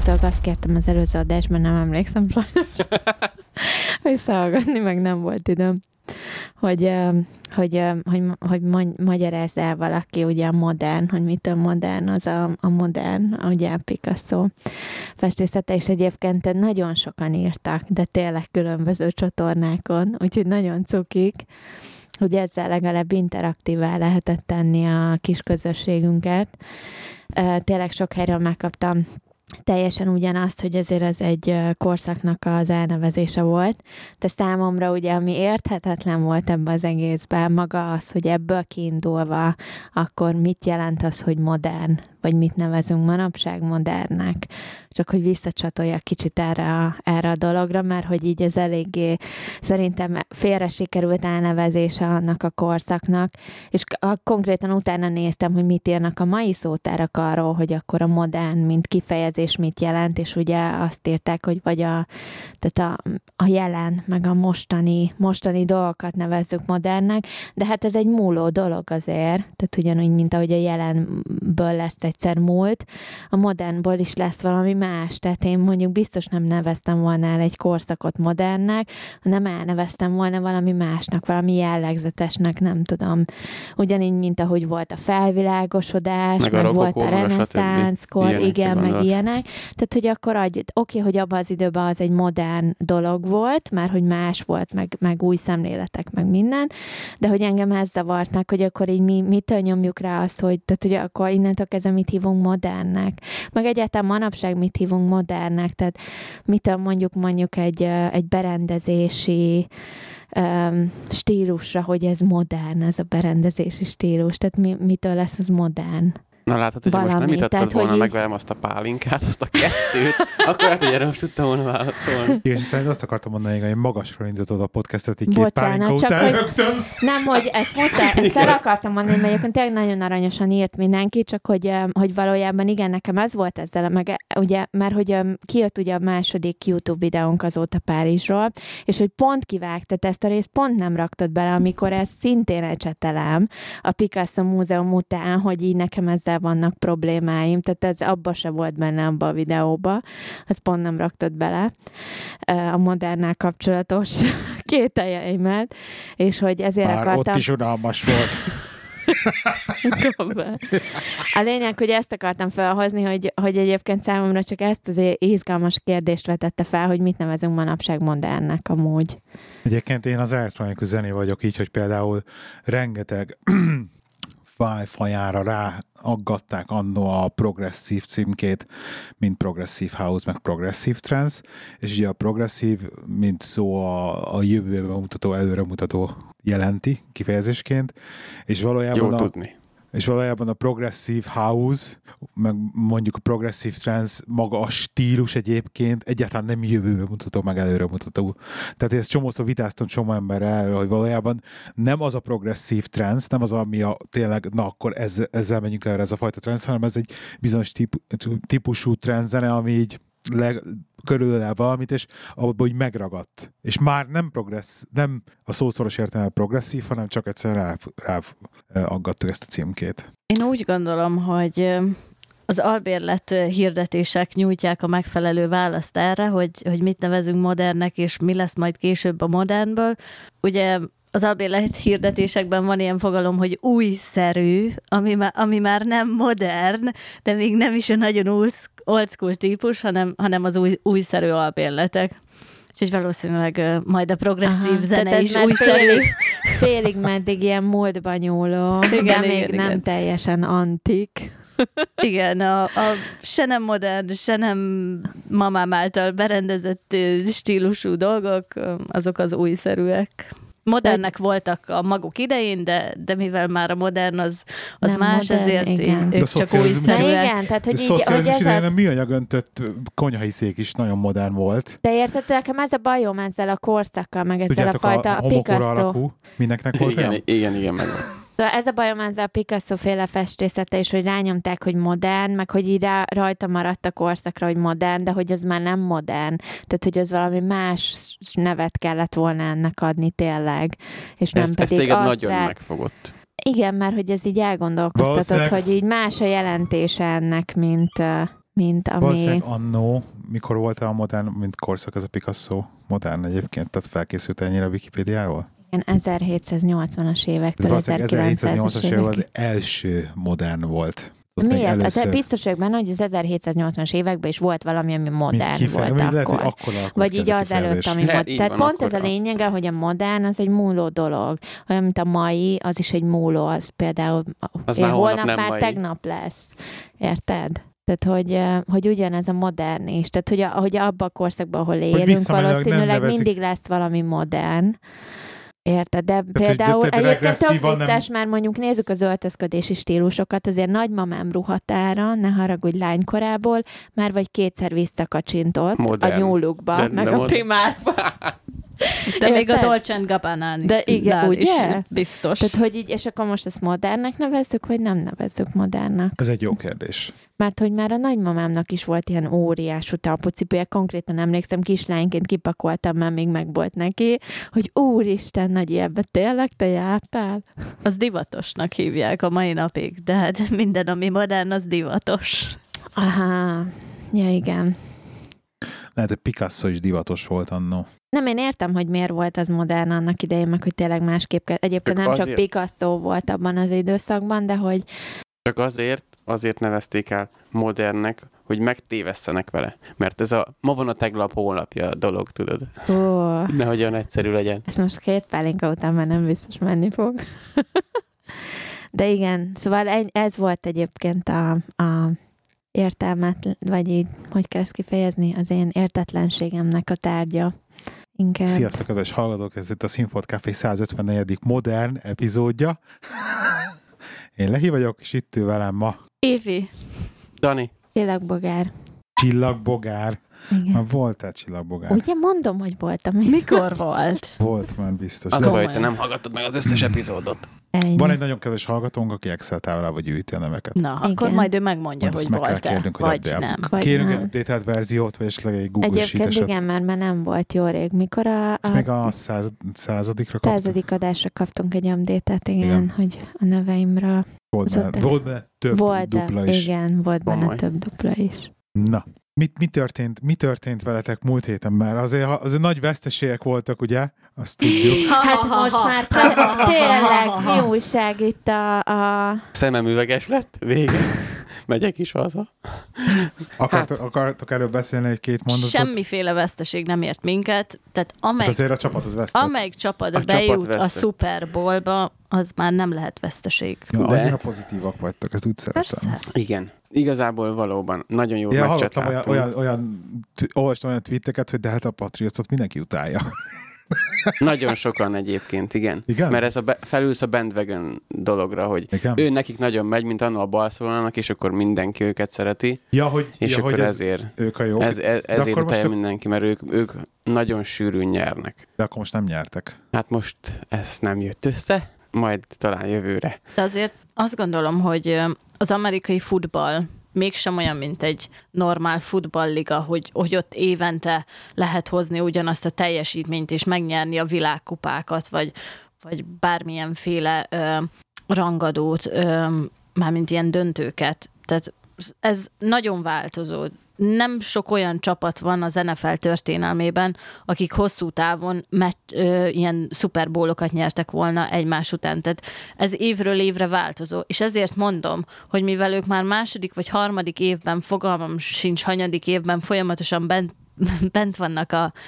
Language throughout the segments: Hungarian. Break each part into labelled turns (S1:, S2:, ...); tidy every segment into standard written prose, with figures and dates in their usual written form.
S1: hallgatóktól azt kértem az előző adásban, nem emlékszem sajnos, visszahallgatni, meg nem volt időm, hogy magyarázz el valaki ugye a modern, hogy mitől modern az a modern, ugye a Picasso festészete, és egyébként nagyon sokan írtak, de tényleg különböző csatornákon, úgyhogy nagyon cukik, hogy ezzel legalább interaktívá lehetett tenni a kis közösségünket. Tényleg sok helyről megkaptam teljesen ugyanazt, hogy ezért ez egy korszaknak az elnevezése volt, de számomra ugye, ami érthetetlen volt ebben az egészben, maga az, hogy ebből kiindulva, akkor mit jelent az, hogy modern, vagy mit nevezünk manapság modernnek. Csak hogy visszacsatoljak kicsit erre a dologra, mert hogy így ez eléggé szerintem félre sikerült elnevezése annak a korszaknak, és konkrétan utána néztem, hogy mit írnak a mai szótárak arról, hogy akkor a modern, mint kifejezés mit jelent, és ugye azt írták, hogy vagy tehát a jelen, meg a mostani dolgokat nevezzük modernnek, de hát ez egy múló dolog azért, tehát ugyanúgy, mint ahogy a jelenből lesz egyszer múlt, a modernból is lesz valami más, tehát én mondjuk biztos nem neveztem volna el egy korszakot modernnek, hanem elneveztem volna valami másnak, valami jellegzetesnek, nem tudom. Ugyanígy, mint ahogy volt a felvilágosodás, meg volt a reneszánszkor, igen, meg ilyenek. Tehát, hogy akkor oké, hogy abban az időben az egy modern dolog volt, már hogy más volt, meg új szemléletek, meg minden, de hogy engem ez zavart meg, hogy akkor így mitől nyomjuk rá azt, hogy, tehát, hogy akkor innentől kezdve mit hívunk modernnek. Meg egyáltalán manapság mit hívunk modernnek, tehát mitől mondjuk egy berendezési stílusra, hogy ez modern, ez a berendezési stílus, tehát mitől lesz az modern?
S2: Na látod, hogy most nem itattad volna meg velem azt a pálinkát, azt a kettőt, akkor hát, hogy erre most tudtam volna válaszolni.
S3: Igen, és szerintem azt akartam mondani, hogy magasra indítod a podcastet így két pálinka után rögtön.
S1: Nem, hogy ezt el akartam mondani, mert egyébként tényleg nagyon aranyosan írt mindenki, csak hogy valójában igen, nekem ez volt ezzel, meg ugye, mert hogy kijött ugye a második YouTube videónk azóta Párizsról, és hogy pont kivágtad ezt a részt, pont nem raktad bele, amikor ez szintén egy csetelem a Picasso Múzeum után, hogy így nekem ezzel vannak problémáim, tehát ez abba se volt benne abba a videóba, ezt pont nem raktad bele a modernnál kapcsolatos kételjeimet, és hogy ezért
S3: már
S1: akartam...
S3: ott is unalmas volt.
S1: A lényeg, hogy ezt akartam felhozni, hogy egyébként számomra csak ezt az izgalmas kérdést vetette fel, hogy mit nevezünk manapság modernnek amúgy.
S3: Egyébként én az elektronikus zené vagyok így, hogy például rengeteg fajára ráaggatták annó a progresszív címkét, mint progresszív house, meg progresszív trance, és ugye a progresszív, mint szó a jövőben mutató, előremutató jelenti kifejezésként, és valójában a progresszív house, meg mondjuk a progresszív trance maga a stílus egyébként egyáltalán nem jövőbe mutató, meg előre mutató. Tehát ezt csomószor vitáztam csomó emberrel, hogy valójában nem az a progresszív trance, nem az, ami tényleg, na akkor ezzel menjünk el ez a fajta trance, hanem ez egy bizonyos típusú trance zene, ami így körülöle valamit, és abban úgy megragadt. És már nem a szószoros értelemben progresszív, hanem csak egyszerűen ráaggattuk ezt a címkét.
S4: Én úgy gondolom, hogy az albérlet hirdetések nyújtják a megfelelő választ erre, hogy mit nevezünk modernnek, és mi lesz majd később a modernből. Ugye az albérlet hirdetésekben van ilyen fogalom, hogy újszerű, ami már nem modern, de még nem is a nagyon old school típus, hanem az újszerű albérletek. Úgyhogy valószínűleg majd a progresszív zene is újszerű.
S1: Félig meddig ilyen módban nyúló, de még nem teljesen antik.
S4: Igen, a se nem modern, se nem mamám által berendezett stílusú dolgok, azok az újszerűek. Modernek voltak a maguk idején, de mivel már a modern az más, modern, ezért ők csak újszerűek.
S1: Igen, tehát hogy
S3: szocializmus idején a műanyag öntött konyhai szék is nagyon modern volt.
S1: De érted, nekem ez a bajom ezzel a korszakkal, meg ezzel
S3: tudjátok,
S1: a fajta
S3: a
S1: Picasso.
S3: Alakú, mindenkinek volt
S2: igen, meg
S1: Szóval ez a bajom ezzel a Picasso-féle festészete is, hogy rányomták, hogy modern, meg hogy így rajta maradt a korszakra, hogy modern, de hogy az már nem modern. Tehát, hogy az valami más nevet kellett volna ennek adni tényleg. És nem pedig
S2: ez téged nagyon megfogott.
S1: Igen, mert hogy ez így elgondolkoztatott, hogy így más a jelentése ennek, mint mint ami...
S3: Valószínűleg annó, mikor volt a modern, mint korszak, ez a Picasso modern egyébként, tehát felkészült ennyire a Wikipédiával?
S1: Igen, 1780-as évektől
S3: 1780-as évek az
S1: évekig.
S3: első modern volt.
S1: Miért? Először... biztos vagyok benne, hogy az 1780-as években is volt valami, ami modern volt akkor. Vagy így az előtt, ami modern. Tehát pont ez a lényege, hogy a modern az egy múló dolog. Olyan, mint a mai, az is egy múló, az például
S2: az
S1: holnap már
S2: mai.
S1: Tegnap lesz. Érted? Tehát, hogy ugyanez a modern is. Tehát, hogy abban a korszakban, ahol élünk, valószínűleg mindig lesz valami modern. Érted? De például egyébként tök vicces, mert mondjuk nézzük az öltözködési stílusokat, azért nagymamám ruhatára, ne haragudj lánykorából, már vagy kétszer visszakacsintott modern. A nyúlukba, meg a primárba.
S4: De még a Dolce & Gabbana-nál
S1: de igen, ugye?
S4: Biztos.
S1: Tehát, hogy így, és akkor most ezt modernnek nevezzük, vagy nem nevezzük modernnek?
S3: Ez egy jó kérdés.
S1: Mert hogy már a nagymamámnak is volt ilyen óriású talpucipője, konkrétan emlékszem, kislányként kipakoltam, már még megvolt neki, hogy úristen, nagy ilyenbe, tényleg te jártál?
S4: Az divatosnak hívják a mai napig, de hát minden, ami modern, az divatos.
S1: Aha, ja igen.
S3: Lehet, hogy Picasso is divatos volt annó.
S1: Nem, én értem, hogy miért volt az modern annak idején, meg hogy tényleg másképp kell. Egyébként nem csak Picasso volt abban az időszakban, de hogy...
S2: Csak azért nevezték el modernnek, hogy megtévesztenek vele. Mert ez ma van a tegnap holnapja a dolog, tudod? Nehogy olyan egyszerű legyen.
S1: Ez most 2 pálinka után már nem biztos menni fog. De igen, szóval ez volt egyébként a értelmet, vagy így, hogy kell ezt kifejezni, az én értetlenségemnek a tárgya. Inkább.
S3: Sziasztok, kedves hallgatók! Ez itt a Színfolt Café 154. modern epizódja. Én Lehi vagyok, és itt ül velem ma
S4: Évi.
S2: Dani.
S1: Csillagbogár.
S3: Csillagbogár.
S1: Igen.
S3: Már voltál Csillagbogár?
S1: Ugye mondom, hogy voltam.
S4: Mikor volt?
S3: Volt már biztos.
S2: Az a baj, te nem hallgattad meg az összes epizódot.
S1: Ennyi.
S3: Van egy nagyon kedves hallgatónk, aki Excel táblába gyűjti a neveket.
S4: Na, igen. Akkor majd ő megmondja,
S3: majd
S4: hogy volt-e, vagy nem.
S3: Kérünk egy update-elt verziót, vagy esetleg egy Google
S1: Sheet-eset.
S3: Egyébként
S1: igen, mert nem volt jó rég. Mikor
S3: ezt még a századikra kaptunk?
S1: 100. adásra kaptunk egy update-et, igen, hogy a neveimről.
S3: Volt benne több dupla is.
S1: Igen, volt benne több dupla is.
S3: Na, mi történt veletek múlt héten? Mert azért nagy veszteségek voltak, ugye? Azt tudjuk.
S1: Hát most már tényleg mi újság itt a...
S2: Szemem üveges lett, vége. Megyek is haza.
S3: Akartok erről beszélni egy-két mondatot?
S4: Semmiféle veszteség nem ért minket. Tehát
S3: azért a csapat az vesztett.
S4: Amelyik csapat bejut a Super Bowl-ba, az már nem lehet veszteség.
S3: Ja, annyira pozitívak vagytok, ezt úgy szeretem.
S4: Persze.
S2: Igen. Igazából valóban nagyon jó meccset láttunk.
S3: Olvastam olyan tweeteket, hogy de hát a Patriotsot mindenki utálja.
S2: Nagyon sokan egyébként, igen. Mert ez felülsz a bandwagon dologra, hogy ő nekik nagyon megy, mint anno a Barcelonának, és akkor mindenki őket szereti. És akkor ezért
S3: ők a jók.
S2: Ezért utálja mindenki, mert ők nagyon sűrűn nyernek.
S3: De akkor most nem nyertek.
S2: Hát most ez nem jött össze, majd talán jövőre.
S4: De azért azt gondolom, hogy az amerikai futball mégsem olyan, mint egy normál futballliga, hogy ott évente lehet hozni ugyanazt a teljesítményt és megnyerni a világkupákat, vagy bármilyenféle rangadót, mármint ilyen döntőket. Tehát ez nagyon változó. Nem sok olyan csapat van az NFL történelmében, akik hosszú távon ilyen szuperbólokat nyertek volna egymás után. Tehát ez évről évre változó. És ezért mondom, hogy mivel ők már második vagy harmadik évben, fogalmam sincs hanyadik évben folyamatosan bent vannak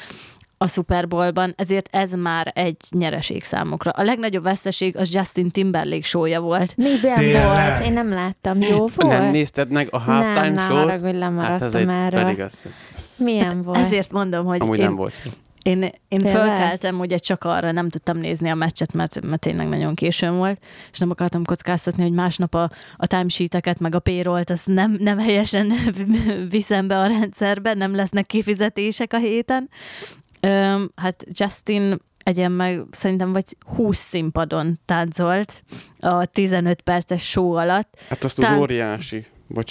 S4: a Super Bowl-ban, ezért ez már egy nyereség számukra. A legnagyobb veszteség az Justin Timberlake show-ja volt.
S1: Miben volt? Én nem láttam. Jó volt?
S2: Nem nézted meg a halftime show-t?
S1: Nem, hogy lemaradtam erről.
S2: Pedig az...
S1: Milyen volt?
S4: Ezért mondom, hogy
S2: amúgy nem volt.
S4: Én fölkeltem, ugye csak arra nem tudtam nézni a meccset, mert tényleg nagyon későn volt, és nem akartam kockáztatni, hogy másnap a timesheeteket meg a payrollt azt nem helyesen viszem be a rendszerbe, nem lesznek kifizetések a héten. Hát Justin meg szerintem vagy 20 színpadon táncolt a 15 perces show alatt.
S2: Hát azt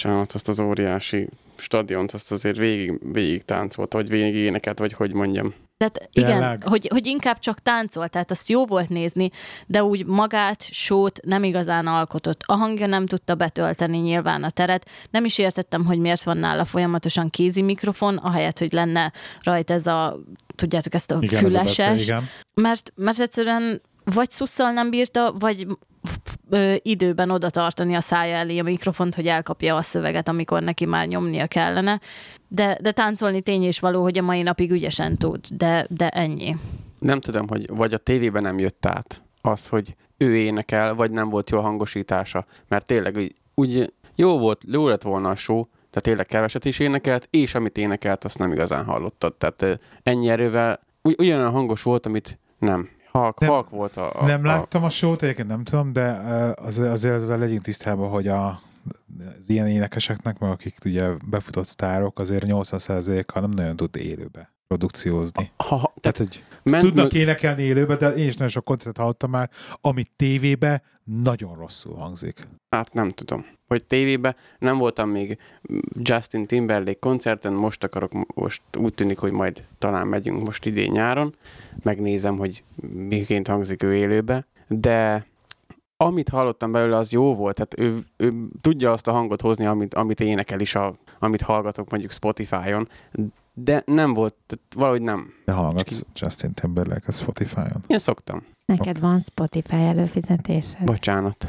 S2: az óriási stadiont, azt azért végig táncolt, vagy végig énekelt, vagy hogy mondjam.
S4: Tehát igen, hogy inkább csak táncol, tehát azt jó volt nézni, de úgy magát, sót nem igazán alkotott. A hangja nem tudta betölteni nyilván a teret. Nem is értettem, hogy miért van nála folyamatosan kézi mikrofon, ahelyett, hogy lenne rajta ez a, tudjátok, ezt a igen, füleses. Mert egyszerűen vagy szusszal nem bírta, vagy időben oda tartani a szája elé a mikrofont, hogy elkapja a szöveget, amikor neki már nyomnia kellene. De táncolni tény és való, hogy a mai napig ügyesen tud, de ennyi.
S2: Nem tudom, hogy vagy a tévében nem jött át az, hogy ő énekel, vagy nem volt jó a hangosítása. Mert tényleg úgy jó lett volna a show, tehát tényleg keveset is énekelt, és amit énekelt, azt nem igazán hallottad. Tehát ennyi erővel ugyanolyan hangos volt, amit nem. Halk volt
S3: nem láttam a show-t, egyébként nem tudom, de azért legyünk tisztában, hogy az ilyen énekeseknek, meg akik ugye befutott sztárok, azért 80%-kal nem nagyon tud élőbe produkciózni. Tehát, hogy tudnak énekelni élőbe, de én is nagyon sok koncertet hallottam már, amit tévébe nagyon rosszul hangzik.
S2: Hát nem tudom. Hogy tévébe nem voltam még Justin Timberlake koncerten, most úgy tűnik, hogy majd talán megyünk most idén nyáron, megnézem, hogy miként hangzik ő élőbe, de amit hallottam belőle, az jó volt, tehát ő tudja azt a hangot hozni, amit énekel is, amit hallgatok mondjuk Spotify-on, de nem volt, valahogy nem.
S3: De hallgatsz Justin Timberlake a Spotify-on?
S2: Én szoktam.
S1: Neked van Spotify előfizetésed?
S2: Bocsánat.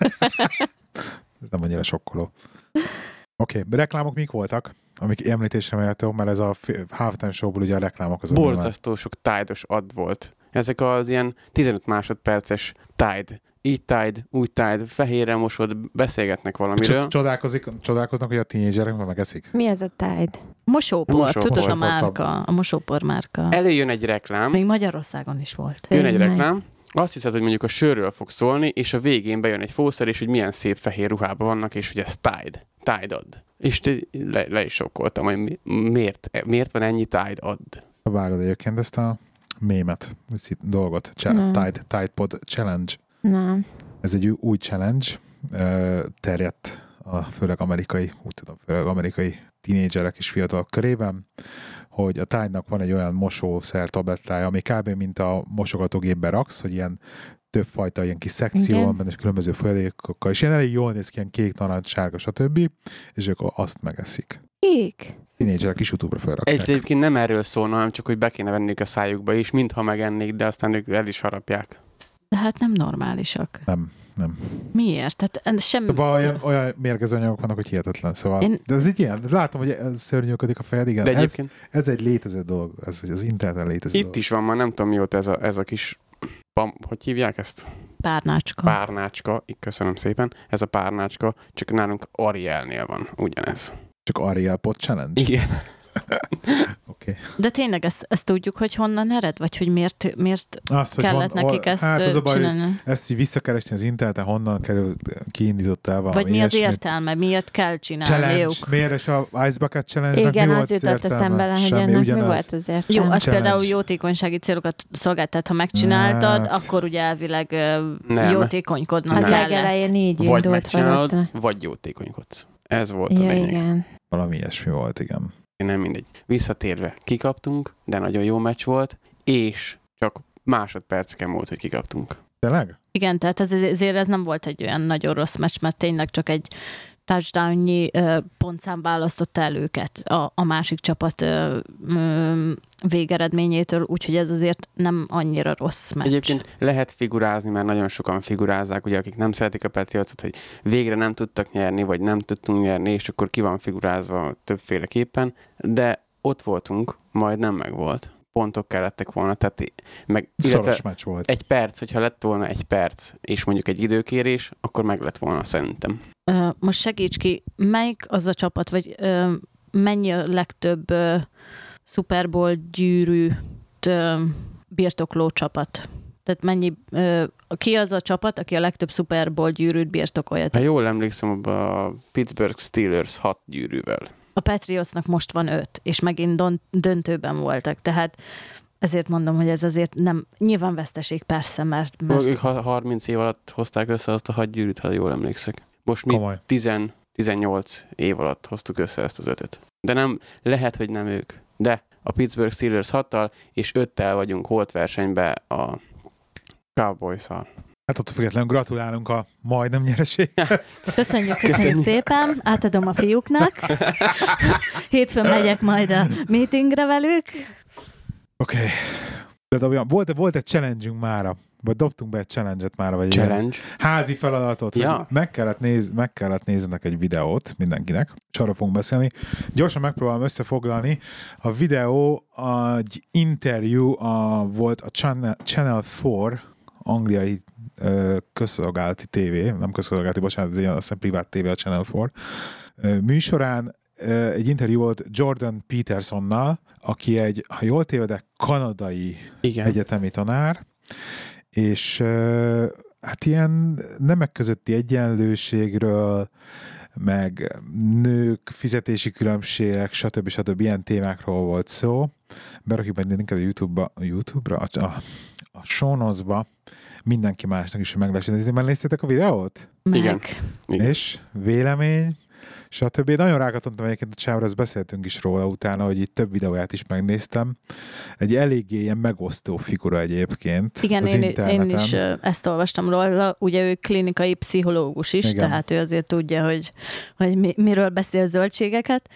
S3: Ez nem annyira sokkoló. Oké, reklámok mik voltak, amik említésre méltó, mert ez a Halftime Show-ból ugye a reklámok azok.
S2: Borzasztó sok Tide-os ad volt. Ezek az ilyen 15 másodperces Tide. Így Tide, úgy Tide, fehérre mosod, beszélgetnek valamiről.
S3: Csodálkoznak, hogy a tínédzserek megeszik.
S1: Mi ez a Tide?
S4: Mosópor, tudod a márka, a mosópor márka.
S2: Előjön egy reklám.
S4: Még Magyarországon is volt.
S2: Jön egy reklám. Azt hiszed, hogy mondjuk a sörről fog szólni, és a végén bejön egy fószer, és hogy milyen szép fehér ruhában vannak, és hogy ez Tide ad. És le is sokkoltam, hogy miért van ennyi Tide ad.
S3: Vágod egyébként ezt a mémet, ezt a dolgot, Tide Pod Challenge.
S1: Nem.
S3: Ez egy új challenge, terjedt főleg amerikai tínédzserek és fiatalok körében, hogy a Tide-nak van egy olyan mosószer tablettája, ami kb. Mint a mosogatógépbe raksz, hogy ilyen többfajta ilyen kis szekció van benne, és különböző folyadékokkal, és ilyen elég jól néz ki, ilyen kék, narancs, sárga, stb. És ők azt megeszik.
S1: Kék?
S3: Tínédzserek is YouTube-ra felrakják.
S2: Egyébként nem erről szólna, hanem csak, hogy be kéne venniük a szájukba, és mintha megennék, de aztán ők el is harapják.
S4: De hát nem normálisak.
S3: Nem.
S4: Miért? Tehát semmi...
S3: Olyan mérgező anyagok vannak, hogy hihetetlen. Szóval, de ez így ilyen. Látom, hogy ez szörnyűködik a fejed. Igen, de ez egy létező dolog. Ez az interneten létező dolog.
S2: Itt is van, már nem tudom mióta ez a kis... hogy hívják ezt? Párnácska. Köszönöm szépen. Ez a párnácska, csak nálunk Arielnél van ugyanez.
S3: Csak Ariel Pod Challenge?
S2: Igen.
S3: Okay.
S4: De tényleg ezt tudjuk, hogy honnan ered? Vagy hogy miért kellett nekik ezt csinálni?
S3: Ezt így visszakeresni az interneten, honnan kiindított el valami.
S4: Vagy mi az értelme? Miért kell csinálniuk?
S3: Miért és a Ice Bucket Challenge-nek
S1: igen, az jutott eszembe, hogy ennek mi volt az értelme?
S4: Jó, az például jótékonysági célokat szolgált, tehát ha megcsináltad, akkor ugye elvileg jótékonykodnak kellett.
S1: Hát legelején így
S2: indult valószínűleg. Vagy jótékonykodsz. Ez volt a lényeg.
S1: Igen.
S3: Valami ilyesmi volt, igen.
S2: Nem mindegy. Visszatérve kikaptunk, de nagyon jó meccs volt, és csak másodperceken volt, hogy kikaptunk.
S3: Tényleg?
S4: Igen, tehát azért ez nem volt egy olyan nagyon rossz meccs, mert tényleg csak egy touchdownnyi pontszám választotta el őket a másik csapat végeredményétől, úgyhogy ez azért nem annyira rossz meccs.
S2: Egyébként lehet figurázni, mert nagyon sokan figurázzák, ugye akik nem szeretik a Patriotsot, hogy végre nem tudtak nyerni, vagy nem tudtunk nyerni, és akkor ki van figurázva többféleképpen, de ott voltunk, majd nem megvolt. Pontok kellettek volna, tehát
S3: szoros meccs volt.
S2: Egy perc, hogyha lett volna egy perc, és mondjuk egy időkérés, akkor meg lett volna szerintem.
S4: Most segíts ki, melyik az a csapat, vagy mennyi a legtöbb Super Bowl gyűrűt birtokló csapat? Tehát mennyi, ki az a csapat, aki a legtöbb Super Bowl gyűrűt birtokolja?
S2: Ha jól emlékszem, a Pittsburgh Steelers 6 gyűrűvel.
S4: A Patriotsnak most van 5, és megint döntőben voltak, tehát ezért mondom, hogy ez azért nem, nyilván veszteség persze, mert...
S2: 30 év alatt hozták össze azt a 6 gyűrűt, ha jól emlékszek. Most mi 18 év alatt hoztuk össze ezt az 5-öt. De nem, lehet, hogy nem ők. De a Pittsburgh Steelers 6-tal, és 5-tel vagyunk holtversenybe a Cowboys-szal.
S3: Hát attól függetlenül gratulálunk a majdnem nyereséghez.
S4: Köszönjük szépen, átadom a fiúknak. Hétfőn megyek majd a meetingre velük.
S3: Oké. De volt egy challenge-ünk mára, vagy dobtunk be egy challenge-et mára, vagy
S2: challenge.
S3: Házi feladatot, hogy meg kellett nézzenek egy videót mindenkinek, és arra fogunk beszélni. Gyorsan megpróbálom összefoglalni. A videó egy interjú volt a Channel 4, angliai közszolgálati tévé, nem közszolgálati, bocsánat, ez azt hiszem privát tévé, a Channel 4 műsorán egy interjú volt Jordan Petersonnal, aki egy, ha jól tévedek, kanadai egyetemi tanár, és hát ilyen nemek közötti egyenlőségről, meg nők, fizetési különbségek, stb. Ilyen témákról volt szó. Berakjuk meg linket a YouTube-ra, a show notes-ba, mindenki másnak is, hogy meg lehessen nézni. Már néztétek a videót?
S2: Igen.
S3: És vélemény, stb. Nagyon rákattantam egyébként a csávra, ezt beszéltünk is róla utána, hogy itt több videóját is megnéztem. Egy eléggé ilyen megosztó figura egyébként.
S4: Igen, én is ezt olvastam róla. Ugye ő klinikai pszichológus is, igen. Tehát ő azért tudja, hogy miről beszél zöldségeket.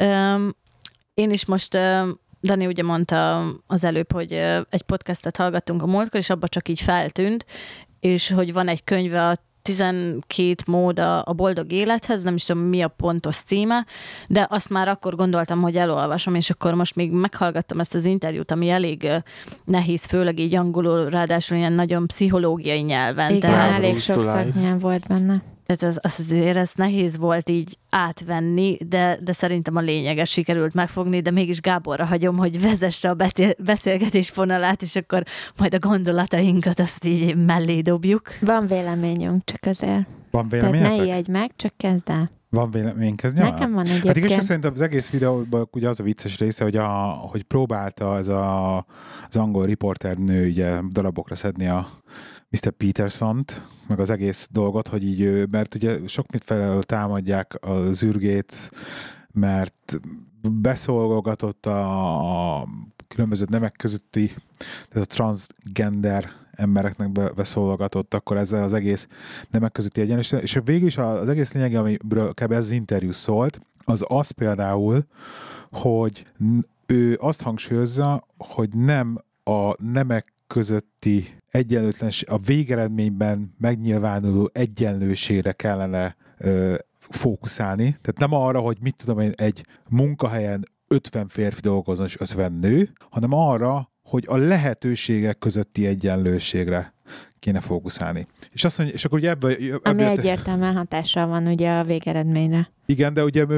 S4: Én is most... Dani ugye mondta az előbb, hogy egy podcastet hallgattunk a múltkor, és abban csak így feltűnt, és hogy van egy könyve, a 12 mód a boldog élethez, nem is tudom, mi a pontos címe, de azt már akkor gondoltam, hogy elolvasom, és akkor most még meghallgattam ezt az interjút, ami elég nehéz, főleg így angolul, ráadásul ilyen nagyon pszichológiai nyelven.
S1: Igen, elég sok szaknyelv volt benne.
S4: Tehát azért ez nehéz volt így átvenni, de szerintem a lényeges sikerült megfogni, de mégis Gáborra hagyom, hogy vezesse a beszélgetés fonalát, és akkor majd a gondolatainkat azt így mellé dobjuk.
S1: Van véleményünk, csak azért.
S3: Van véleményetek?
S1: Tehát ne ijedj meg, csak kezd el.
S3: Van véleményünk?
S1: Nekem van egyébként.
S3: Hát igazság szerintem az egész videóban ugye az a vicces része, hogy próbálta ez az angol riporternő ugye darabokra szedni a Mr. Petersont, meg az egész dolgot, hogy így, mert ugye sok mit felől támadják az űrgét, mert beszolgogatott a különböző nemek közötti, tehát a transgender embereknek beszolgatott, akkor ezzel az egész nemek közötti egyenlőség. És végül is az egész lényeg, amiről kb. Ez az interjú szólt, az például, hogy ő azt hangsúlyozza, hogy nem a nemek közötti egyenlőtlenség, a végeredményben megnyilvánuló egyenlőségre kellene fókuszálni. Tehát nem arra, hogy mit tudom én, egy munkahelyen 50 férfi dolgozzon és 50 nő, hanem arra, hogy a lehetőségek közötti egyenlőségre kéne fókuszálni. És azt mondja, és akkor ugye ebből
S1: ami egyértelműen hatással van ugye a végeredményre.
S3: Igen, de ugye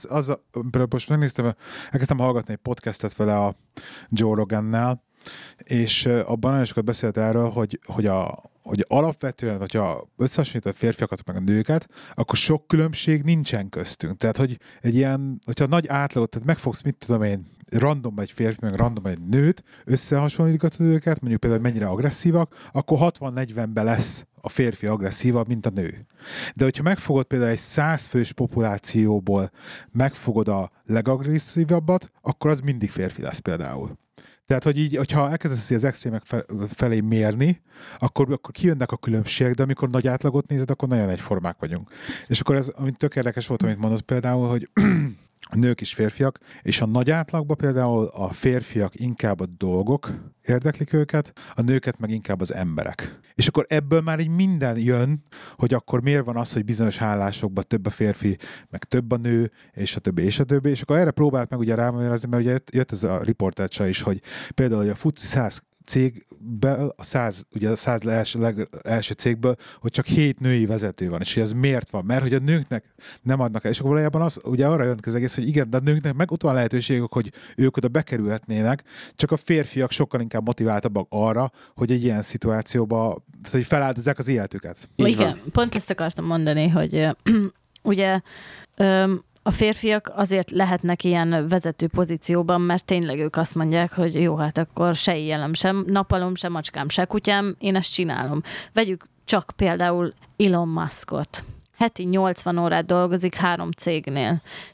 S3: most megnéztem, elkezdtem hallgatni egy podcastet vele a Joe Rogannál, és abban nagyon sokat beszélt erről, hogy alapvetően, hogyha összehasonlítod a férfiakat meg a nőket, akkor sok különbség nincsen köztünk. Tehát, hogy egy ilyen, hogyha nagy átlagot, tehát megfogsz, mit tudom én, random egy férfi, meg random egy nőt, összehasonlítgatod őket, mondjuk például mennyire agresszívak, akkor 60-40-ben lesz a férfi agresszívabb, mint a nő. De hogyha megfogod például egy 100 fős populációból, megfogod a legagresszívabbat, akkor az mindig férfi lesz például. Tehát, hogy így, hogyha elkezdesz az extrémek felé mérni, akkor kijönnek a különbségek, de amikor nagy átlagot nézed, akkor nagyon egyformák vagyunk. És akkor ez, amit tök érdekes volt, amit mondott például, hogy a nők is férfiak, és a nagy átlagban például a férfiak inkább a dolgok érdeklik őket, a nőket meg inkább az emberek. És akkor ebből már így minden jön, hogy akkor miért van az, hogy bizonyos állásokban több a férfi, meg több a nő, és a többi, és a többi. És akkor erre próbált meg ugye rámagyarázni, mert ugye jött ez a riportácsa is, hogy például hogy a FTSE 100 cégből, a 100 legelső cégből, hogy csak 7 női vezető van, és hogy ez miért van? Mert hogy a nőknek nem adnak el, és akkor valójában az, ugye arra jön az egész, hogy igen, de a nőknek meg ott van lehetőségük, hogy ők oda bekerülhetnének, csak a férfiak sokkal inkább motiváltabbak arra, hogy egy ilyen szituációba, hogy feláldozzák az életüket.
S4: Igen, pont ezt akartam mondani, hogy ugye a férfiak azért lehetnek ilyen vezető pozícióban, mert tényleg ők azt mondják, hogy jó, hát akkor se éjjelem, sem napalom, sem macskám, se kutyám, én ezt csinálom. Vegyük csak például Elon Muskot. Heti 80 órát dolgozik 3 cégnél. Tehát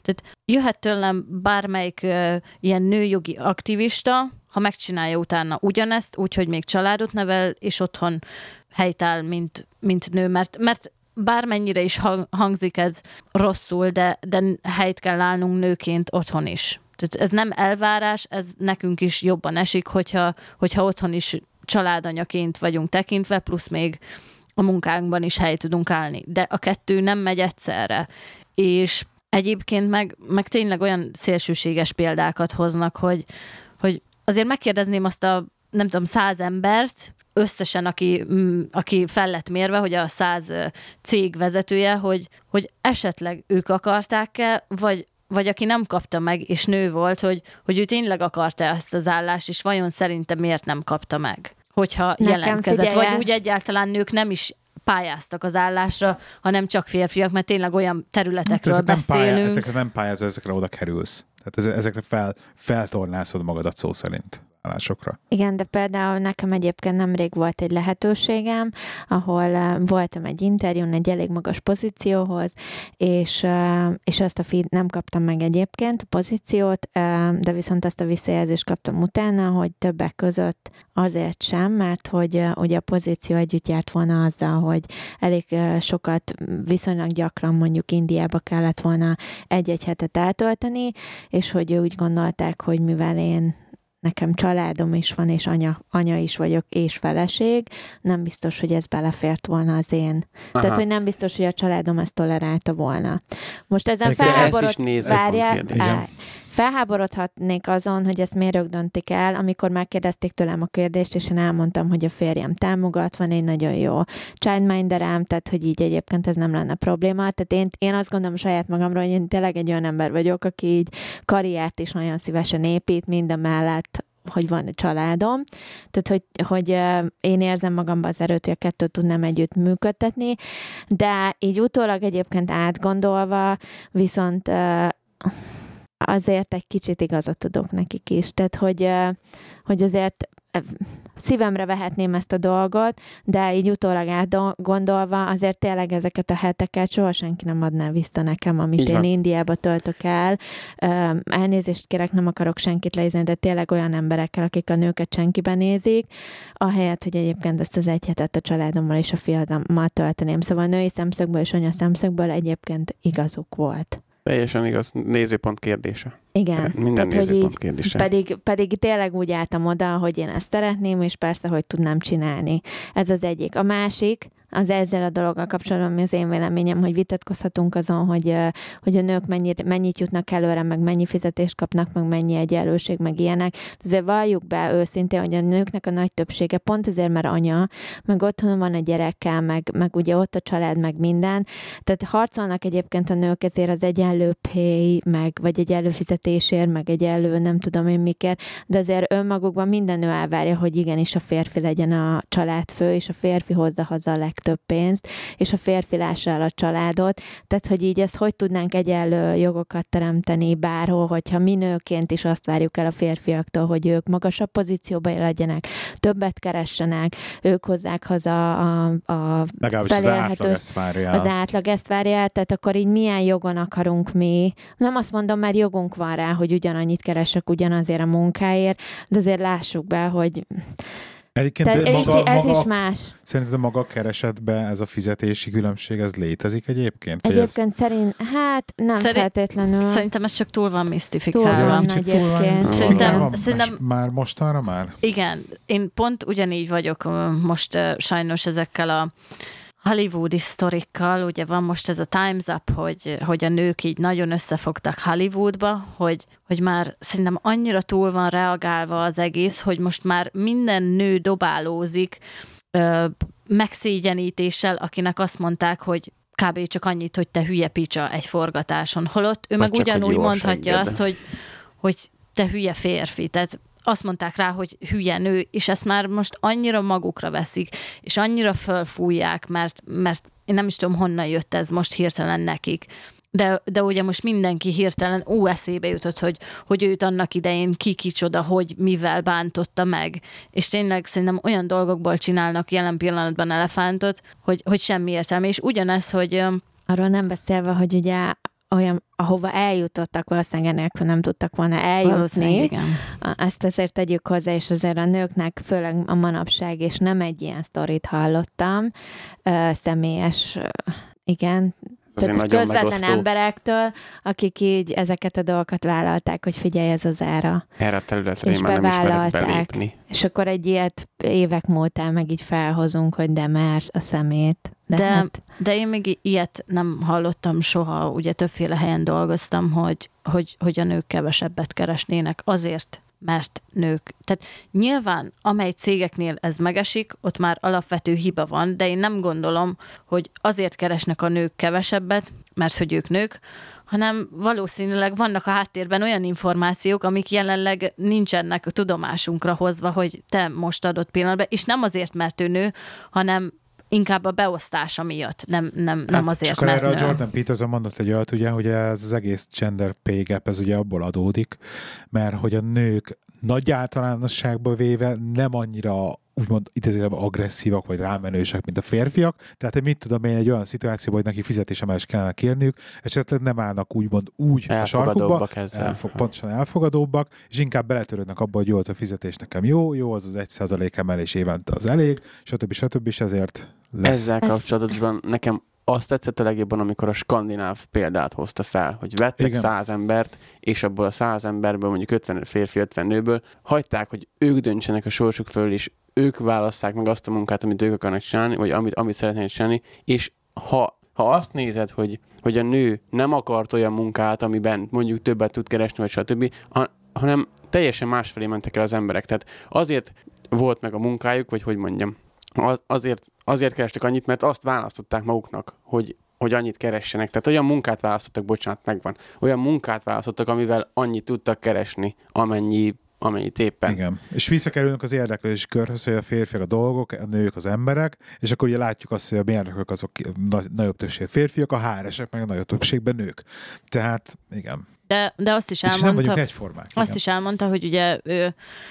S4: jöhet tőlem bármelyik ilyen nőjogi aktivista, ha megcsinálja utána ugyanezt, úgyhogy még családot nevel, és otthon helytáll, mint nő, mert bármennyire is hangzik ez rosszul, de helyt kell állnunk nőként otthon is. Tehát ez nem elvárás, ez nekünk is jobban esik, hogyha otthon is családanyaként vagyunk tekintve, plusz még a munkánkban is helyt tudunk állni. De a kettő nem megy egyszerre. És egyébként meg tényleg olyan szélsőséges példákat hoznak, hogy azért megkérdezném azt a, nem tudom, 100 embert, összesen, aki fel lett mérve, hogy a 100 cég vezetője, hogy esetleg ők akarták-e, vagy aki nem kapta meg, és nő volt, hogy ő tényleg akarta ezt az állást, és vajon szerintem miért nem kapta meg, hogyha jelentkezett. Vagy úgy egyáltalán nők nem is pályáztak az állásra, hanem csak férfiak, mert tényleg olyan területekről beszélünk.
S3: Ezekre nem pályázol, ezekre oda kerülsz. Tehát ezekre feltornászod magadat szó szerint.
S1: Igen, de például nekem egyébként nemrég volt egy lehetőségem, ahol voltam egy interjún egy elég magas pozícióhoz, és azt a feed nem kaptam meg egyébként, a pozíciót, de viszont azt a visszajelzést kaptam utána, hogy többek között azért sem, mert hogy ugye a pozíció együtt járt volna azzal, hogy elég sokat, viszonylag gyakran mondjuk Indiába kellett volna egy-egy hetet eltölteni, és hogy úgy gondolták, hogy mivel nekem családom is van, és anya is vagyok, és feleség, nem biztos, hogy ez belefért volna az én. Aha. Tehát, hogy nem biztos, hogy a családom ezt tolerálta volna. Most ezen felháborodhatnék azon, hogy ezt miért ők döntik el, amikor megkérdezték tőlem a kérdést, és én elmondtam, hogy a férjem támogat, van egy nagyon jó childminderem, tehát, hogy így egyébként ez nem lenne probléma. Tehát én azt gondolom saját magamról, hogy én tényleg egy olyan ember vagyok, aki így karriert is nagyon szívesen épít, mindamellett, hogy van egy családom. Tehát, hogy én érzem magamban az erőt, hogy a kettőt tudnám együtt működtetni, de így utólag egyébként átgondolva, viszont azért egy kicsit igazat tudok nekik is. Tehát, hogy azért szívemre vehetném ezt a dolgot, de így utólag átgondolva azért tényleg ezeket a heteket soha senki nem adná vissza nekem, amit én Indiába töltök el. Elnézést kérek, nem akarok senkit leízni, de tényleg olyan emberekkel, akik a nőket senkiben nézik, ahelyett, hogy egyébként ezt az egy hetet a családommal és a fiadommal tölteném. Szóval női szemszögből és anya szemszögből egyébként igazuk volt.
S2: Teljesen igaz, nézőpont kérdése.
S1: Igen.
S2: Minden nézőpont kérdése.
S1: Pedig tényleg úgy álltam oda, hogy én ezt szeretném, és persze, hogy tudnám csinálni. Ez az egyik. A másik, az ezzel a dologgal kapcsolatban az én véleményem, hogy vitatkozhatunk azon, hogy a nők mennyit jutnak előre, meg mennyi fizetést kapnak, meg mennyi egyenlőség, meg ilyenek. Azért valljuk be őszintén, hogy a nőknek a nagy többsége pont azért, mert anya, meg otthon van a gyerekkel, meg ugye ott a család, meg minden. Tehát harcolnak egyébként a nők ezért az egyenlő pay, vagy egyenlő fizetésért, meg egyenlő nem tudom én mikért, de azért önmagukban minden nő elvárja, hogy igenis a férfi legyen a családfő, és a férfi hozza haza a legtöbb pénzt, és a férfi lássa el a családot. Tehát, hogy így ezt hogy tudnánk egyenlő jogokat teremteni bárhol, hogyha mi nőként is azt várjuk el a férfiaktól, hogy ők magasabb pozícióban legyenek, többet keressenek, ők hozzák haza a az átlag ezt várja el, tehát akkor így milyen jogon akarunk mi? Nem azt mondom, mert jogunk van rá, hogy ugyanannyit keresek ugyanazért a munkáért, de azért lássuk be, hogy ez is más.
S3: Szerinted maga a keresetben ez a fizetési különbség, ez létezik egyébként?
S1: Egyébként nem feltétlenül.
S4: Szerintem ez csak túl van misztifikálva.
S3: Szerintem már mostanra már?
S4: Igen, én pont ugyanígy vagyok most sajnos ezekkel a hollywoodi sztorikkal, ugye van most ez a Time's Up, hogy a nők így nagyon összefogtak Hollywoodba, hogy már szerintem annyira túl van reagálva az egész, hogy most már minden nő dobálózik megszégyenítéssel, akinek azt mondták, hogy kb. Csak annyit, hogy te hülye picsa egy forgatáson. Holott ő meg ugyanúgy mondhatja azt, hogy te hülye férfi. Tehát azt mondták rá, hogy hülye nő, és ezt már most annyira magukra veszik, és annyira fölfújják, mert én nem is tudom, honnan jött ez most hirtelen nekik. De ugye most mindenki hirtelen eszébe jutott, hogy őt annak idején kicsoda, hogy mivel bántotta meg. És tényleg szerintem olyan dolgokból csinálnak jelen pillanatban elefántot, hogy semmi értelme. És ugyanez, hogy...
S1: Arról nem beszélve, hogy ugye olyan, ahova eljutottak, valószínűleg nélkül nem tudtak volna eljutni. Ezt azért tegyük hozzá, és azért a nőknek, főleg a manapság, és nem egy ilyen sztorit hallottam, személyes, igen, tehát közvetlen emberektől, akik így ezeket a dolgokat vállalták, hogy figyelj, ez az ára.
S2: Erre a területre én már nem ismerek belépni.
S1: És akkor egy ilyet évek múltán meg így felhozunk, hogy de mert a szemét.
S4: De én még ilyet nem hallottam soha, ugye többféle helyen dolgoztam, hogy a nők kevesebbet keresnének azért, mert nők. Tehát nyilván, amely cégeknél ez megesik, ott már alapvető hiba van, de én nem gondolom, hogy azért keresnek a nők kevesebbet, mert hogy ők nők, hanem valószínűleg vannak a háttérben olyan információk, amik jelenleg nincsenek a tudomásunkra hozva, hogy te most adott pillanatban, és nem azért, mert ő nő, hanem inkább a beosztása miatt, nem azért, mert
S3: erre a Jordan Peterson mondott egy olyat, ugye, hogy ez az egész gender pay gap, ez ugye abból adódik, mert hogy a nők nagy általánosságban véve nem annyira úgymond idézőjelben agresszívak vagy rámenősek, mint a férfiak. Tehát mit tudom én, egy olyan szituációban, hogy neki fizetésemelést kellene kérniük, esetleg nem állnak úgymond úgy a sarkukba, pontosan elfogadóbbak, és inkább beletörődnek abba, hogy jó, az a fizetés nekem jó, az 1% emelés évente az elég, stb. És ezért lesz.
S2: Ezzel kapcsolatban nekem azt tetszett a legjobban, amikor a skandináv példát hozta fel, hogy vettek 100 embert, és abból a 100 emberből mondjuk 50 férfi, 50 nőből hagyták, hogy ők döntsenek a sorsuk fölül, és ők válasszák meg azt a munkát, amit ők akarnak csinálni, vagy amit szeretnének csinálni, és ha azt nézed, hogy a nő nem akart olyan munkát, amiben mondjuk többet tud keresni, vagy stb., hanem teljesen másfelé mentek el az emberek. Tehát azért volt meg a munkájuk, vagy hogy mondjam, azért kerestek annyit, mert azt választották maguknak, hogy annyit keressenek. Tehát olyan munkát választottak, megvan. Olyan munkát választottak, amivel annyit tudtak keresni, amennyit éppen.
S3: Igen. És visszakerülünk az érdeklődési körhöz, hogy a férfiak a dolgok, a nők az emberek, és akkor ugye látjuk azt, hogy a mérnökök azok nagyobb többség férfiak, a HR-esek meg a nagyobb többségben nők. Tehát igen.
S4: De azt is elmondta,
S3: és nem vagyunk egyformák.
S4: Azt is elmondta, hogy ugye ő,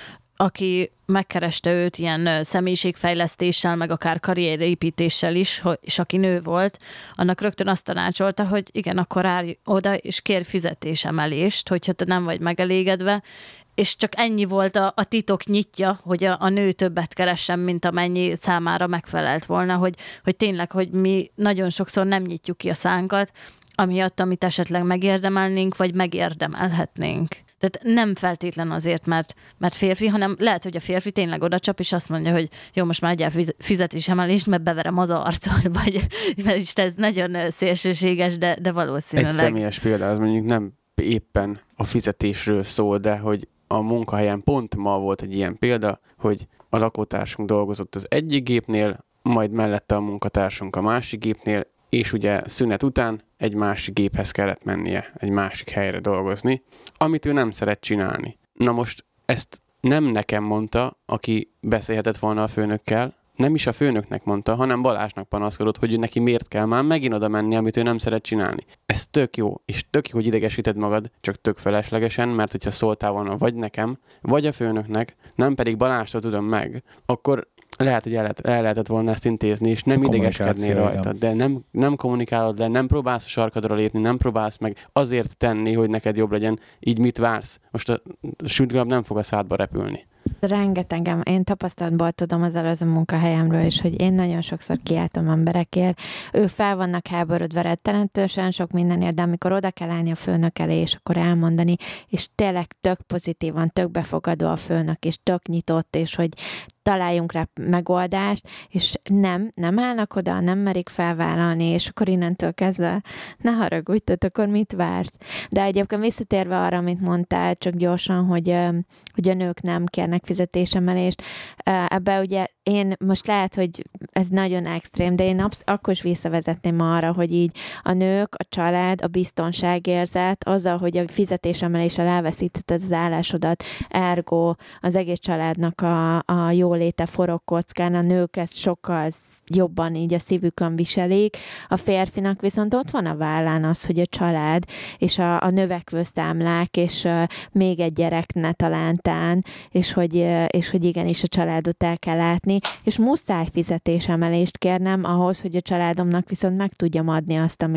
S4: aki megkereste őt ilyen személyiségfejlesztéssel, meg akár karrierépítéssel is, és aki nő volt, annak rögtön azt tanácsolta, hogy igen, akkor állj oda, és kérj fizetésemelést, hogyha te nem vagy megelégedve, és csak ennyi volt a titok nyitja, hogy a nő többet keressen, mint amennyi számára megfelelt volna, hogy tényleg, hogy mi nagyon sokszor nem nyitjuk ki a szánkat, amiatt, amit esetleg megérdemelnénk, vagy megérdemelhetnénk. Tehát nem feltétlen azért, mert férfi, hanem lehet, hogy a férfi tényleg odacsap, és azt mondja, hogy jó, most már adjál fizetésemelést, mert beverem az arcon, vagy ez nagyon szélsőséges, de valószínűleg.
S2: Egy személyes példa, az mondjuk nem éppen a fizetésről szól, de hogy a munkahelyen pont ma volt egy ilyen példa, hogy a lakótársunk dolgozott az egyik gépnél, majd mellette a munkatársunk a másik gépnél, és ugye szünet után egy másik géphez kellett mennie, egy másik helyre dolgozni, amit ő nem szeret csinálni. Na most ezt nem nekem mondta, aki beszélhetett volna a főnökkel, nem is a főnöknek mondta, hanem Balázsnak panaszkodott, hogy neki miért kell már megint oda menni, amit ő nem szeret csinálni. Ez tök jó, és tök jó, hogy idegesíted magad, csak tök feleslegesen, mert hogyha szóltál volna vagy nekem, vagy a főnöknek, nem pedig Balázstól tudom meg, akkor lehet, hogy el lehetett volna ezt intézni, és nem idegeskedni rajta, de nem kommunikálod le, nem próbálsz a sarkadra lépni, nem próbálsz meg azért tenni, hogy neked jobb legyen, így mit vársz? Most a sütgalap nem fog a szádba repülni.
S1: Rengetegen, én tapasztalatból tudom az előző munkahelyemről is, hogy én nagyon sokszor kiálltam emberekért, ők fel vannak háborodva rettenetesen sok mindenért, de amikor oda kell állni a főnök elé, és akkor elmondani, és tényleg tök pozitívan, tök befogadó a főnök, és tök nyitott, és hogy találjunk rá megoldást, és nem állnak oda, nem merik felvállalni, és akkor innentől kezdve ne haragudj, tehát akkor mit vársz? De egyébként visszatérve arra, amit mondtál, csak gyorsan, hogy a nők nem kérnek fizetésemelést, ebbe ugye én most lehet, hogy ez nagyon extrém, de én akkor is visszavezetném arra, hogy így a nők, a család, a biztonságérzet, azzal, hogy a fizetésemeléssel elveszítetted az állásodat, ergo az egész családnak a jóléte forog kockán, a nők ezt sokkal jobban így a szívükön viselik, a férfinak viszont ott van a vállán az, hogy a család és a növekvő számlák, és még egy gyerek ne talántán, és hogy igenis a családot el kell látni, és muszáj fizetésemelést kérnem ahhoz, hogy a családomnak viszont meg tudjam adni azt,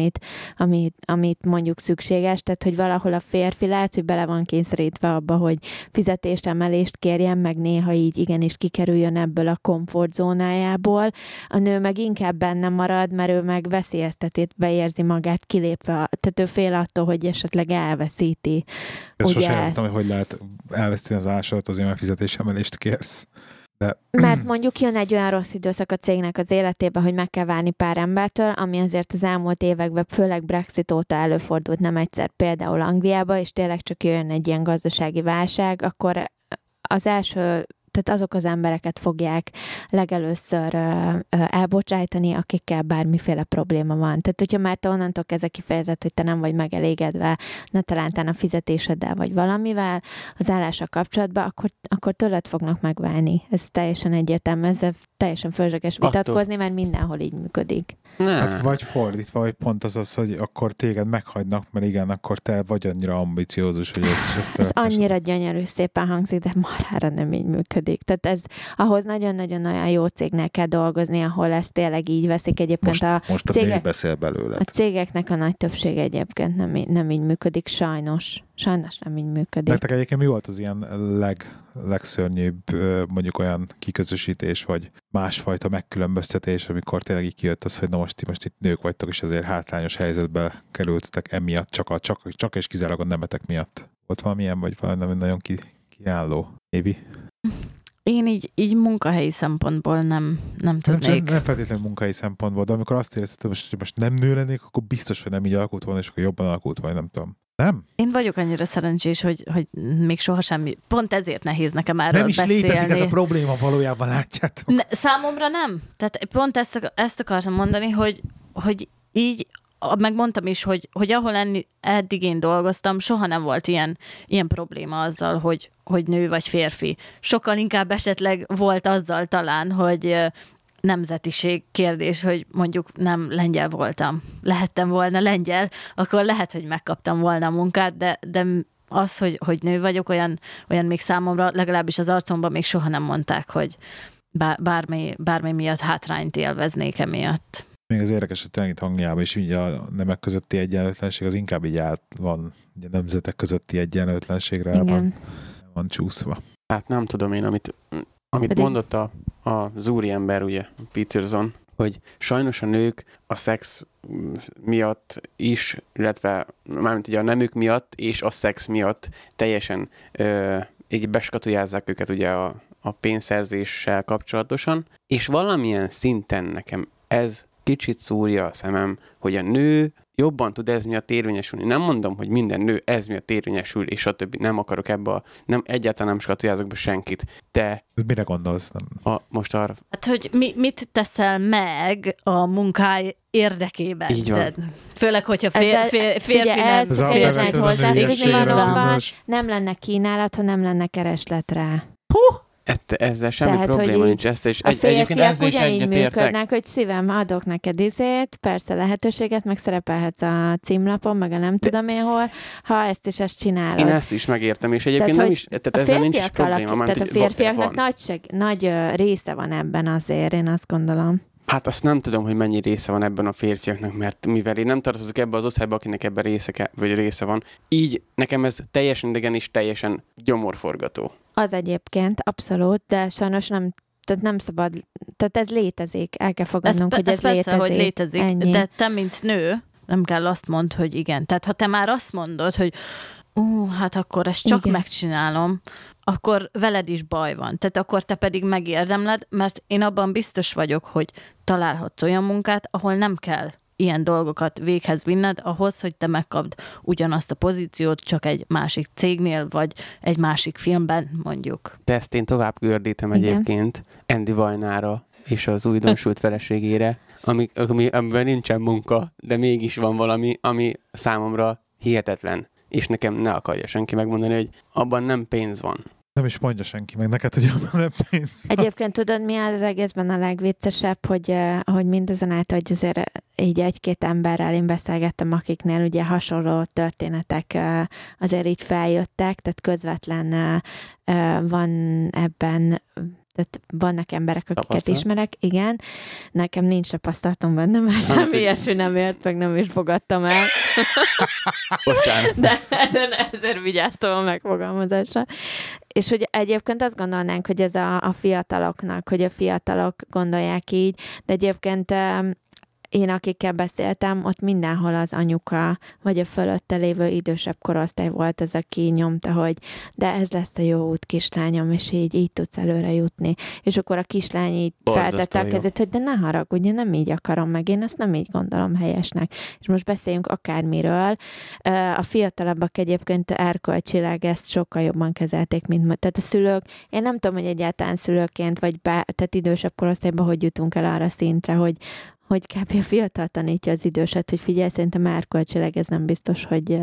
S1: amit mondjuk szükséges, tehát hogy valahol a férfi látsz, hogy bele van kényszerítve abba, hogy fizetésemelést kérjen, meg néha így igenis kikerüljön ebből a komfortzónájából. A nő meg inkább benne marad, mert ő meg veszélyeztetésbe érzi magát kilépve, tehát ő fél attól, hogy esetleg elveszíti.
S3: Ezt sosem értem, hogy lehet elveszteni az állásodat, azért már fizetésemelést kérsz. De...
S1: Mert mondjuk jön egy olyan rossz időszak a cégnek az életében, hogy meg kell várni pár embertől, ami azért az elmúlt években, főleg Brexit óta előfordult nem egyszer, például Angliába, és tényleg csak jön egy ilyen gazdasági válság, akkor az első, tehát azok az embereket fogják legelőször elbocsájtani, akikkel bármiféle probléma van. Tehát, hogyha már te onnantól kezdve kifejezett, hogy te nem vagy megelégedve, ne talántán a fizetéseddel vagy valamivel az állással kapcsolatban, akkor tőled fognak megválni. Ez teljesen egyértelmű, ezzel teljesen fölösleges vitatkozni, mert mindenhol így működik.
S3: Hát vagy fordítva, vagy pont az, hogy akkor téged meghagynak, mert igen, akkor te vagy annyira ambiciózus, hogy
S1: ez annyira gyönyörű, szépen hangzik, de marhára nem így működik. Tehát ez ahhoz nagyon-nagyon olyan jó cégnél kell dolgozni, ahol ezt tényleg így veszik. Egyébként
S3: most a cégek beszél belőled.
S1: A cégeknek a nagy többsége egyébként nem így működik, sajnos. Sajnos nem így működik.
S3: Nektek egyébként mi volt az ilyen legszörnyűbb mondjuk olyan kiközösítés, vagy másfajta megkülönböztetés, amikor tényleg így kijött az, hogy na most itt nők vagytok, és ezért hátrányos helyzetbe kerültetek emiatt, csak és kizárólag a nemetek miatt. Volt valamilyen, vagy valami nagyon kiálló? Évi?
S4: Én így munkahelyi szempontból nem tudnék.
S3: Nem feltétlenül munkahelyi szempontból, de amikor azt érezted, hogy most nem nő lennék, akkor biztos, hogy nem így alakult volna, és akkor jobban alakult volna, nem tudom. Nem?
S4: Én vagyok annyira szerencsés, hogy még soha semmi. Pont ezért nehéz nekem erről beszélni.
S3: Nem is létezik ez a probléma valójában, látjátok?
S4: Számomra nem. Tehát pont ezt akartam mondani, hogy így megmondtam is, hogy ahol eddig én dolgoztam, soha nem volt ilyen probléma azzal, hogy nő vagy férfi. Sokkal inkább esetleg volt azzal talán, hogy nemzetiség kérdés, hogy mondjuk nem lengyel voltam. Lehettem volna lengyel, akkor lehet, hogy megkaptam volna a munkát, de az, hogy nő vagyok, olyan még számomra, legalábbis az arcomban még soha nem mondták, hogy bármi miatt hátrányt élveznék emiatt.
S3: Még az érdekes, hogy tényleg itt Angliában is így a nemek közötti egyenlőtlenség az inkább így van, ugye nemzetek közötti egyenlőtlenségre van csúszva.
S2: Hát nem tudom én, amit mondott az úriember, ugye, Peterson, hogy sajnos a nők a szex miatt is, illetve mármint ugye a nemük miatt és a szex miatt teljesen így beskatujázzák őket ugye a pénzszerzéssel kapcsolatosan, és valamilyen szinten nekem ez kicsit szúrja a szemem, hogy a nő jobban tud ez miatt érvényesülni. Nem mondom, hogy minden nő ez miatt érvényesül, és a többi. Nem akarok egyáltalán nem skatujázok be senkit. De...
S3: Mire gondolsz?
S2: Most arra...
S4: Hát, hogy mit teszel meg a munkáj érdekében?
S2: Így van.
S4: Főleg, hogyha férfi
S1: nem hozzáfűzni valóban, nem lenne kínálat, ha nem lenne kereslet rá.
S2: Ezzel semmi probléma nincs.
S1: A férfiak ugyanígy működnek, hogy szívem, adok neked persze lehetőséget, meg szerepelhetsz a címlapon, meg a nem tudom én hol, ha ezt és ezt csinálod.
S2: Én ezt is megértem, és egyébként nem is, tehát ezzel nincs is probléma.
S1: Tehát a férfiaknak nagy része van ebben azért, én azt gondolom.
S2: Hát azt nem tudom, hogy mennyi része van ebben a férfiaknak, mert mivel én nem tartozok ebbe az osztályba, akinek ebben része van, így nekem ez teljesen idegen és teljesen gyomorforgató.
S1: Az egyébként, abszolút, de sajnos nem szabad, tehát ez létezik, el kell fogadnunk, hogy ez
S4: persze,
S1: létezik.
S4: Hogy létezik, ennyi. De te, mint nő, nem kell azt mondd, hogy igen. Tehát ha te már azt mondod, hogy hát akkor ezt csak megcsinálom, akkor veled is baj van. Tehát akkor te pedig megérdemled, mert én abban biztos vagyok, hogy találhatsz olyan munkát, ahol nem kell ilyen dolgokat véghez vinned ahhoz, hogy te megkapd ugyanazt a pozíciót, csak egy másik cégnél, vagy egy másik filmben, mondjuk.
S2: De ezt én tovább gördítem egyébként Andy Vajnára és az újdonsült feleségére, amiben nincsen munka, de mégis van valami, ami számomra hihetetlen. És nekem ne akarja senki megmondani, hogy abban nem pénz van.
S3: Nem is mondja senki meg neked, hogy abban nem pénz van.
S1: Egyébként tudod, mi az egészben a legviccesebb, hogy mindazonáltal, hogy azért így egy-két emberrel én beszélgettem, akiknél ugye hasonló történetek azért így feljöttek, tehát közvetlen van ebben, tehát vannak emberek, akiket ismerek, igen. Nekem nincs tapasztalatom benne, mert semmi ilyesmi nem ért, meg nem is fogadtam el.
S2: Bocsánat.
S1: De ezért vigyáztam a megfogalmazásra. És hogy egyébként azt gondolnánk, hogy ez a fiataloknak, hogy a fiatalok gondolják így, de egyébként én, akikkel beszéltem, ott mindenhol az anyuka, vagy a fölötte lévő idősebb korosztály volt az, aki nyomta, hogy de ez lesz a jó út, kislányom, és így tudsz előre jutni. És akkor a kislány így feltette a kezét, hogy de ne haragudj, nem így akarom meg, én ezt nem így gondolom helyesnek. És most beszéljünk akármiről. A fiatalabbak egyébként erkölcsileg ezt sokkal jobban kezelték, mint tehát a szülők. Én nem tudom, hogy egyáltalán szülőként, vagy tehát idősebb korosztályban hogy jutunk el arra szintre, hogy kb. A fiatal tanítja az időset, hogy figyelj, szerintem erkölcsileg ez nem biztos,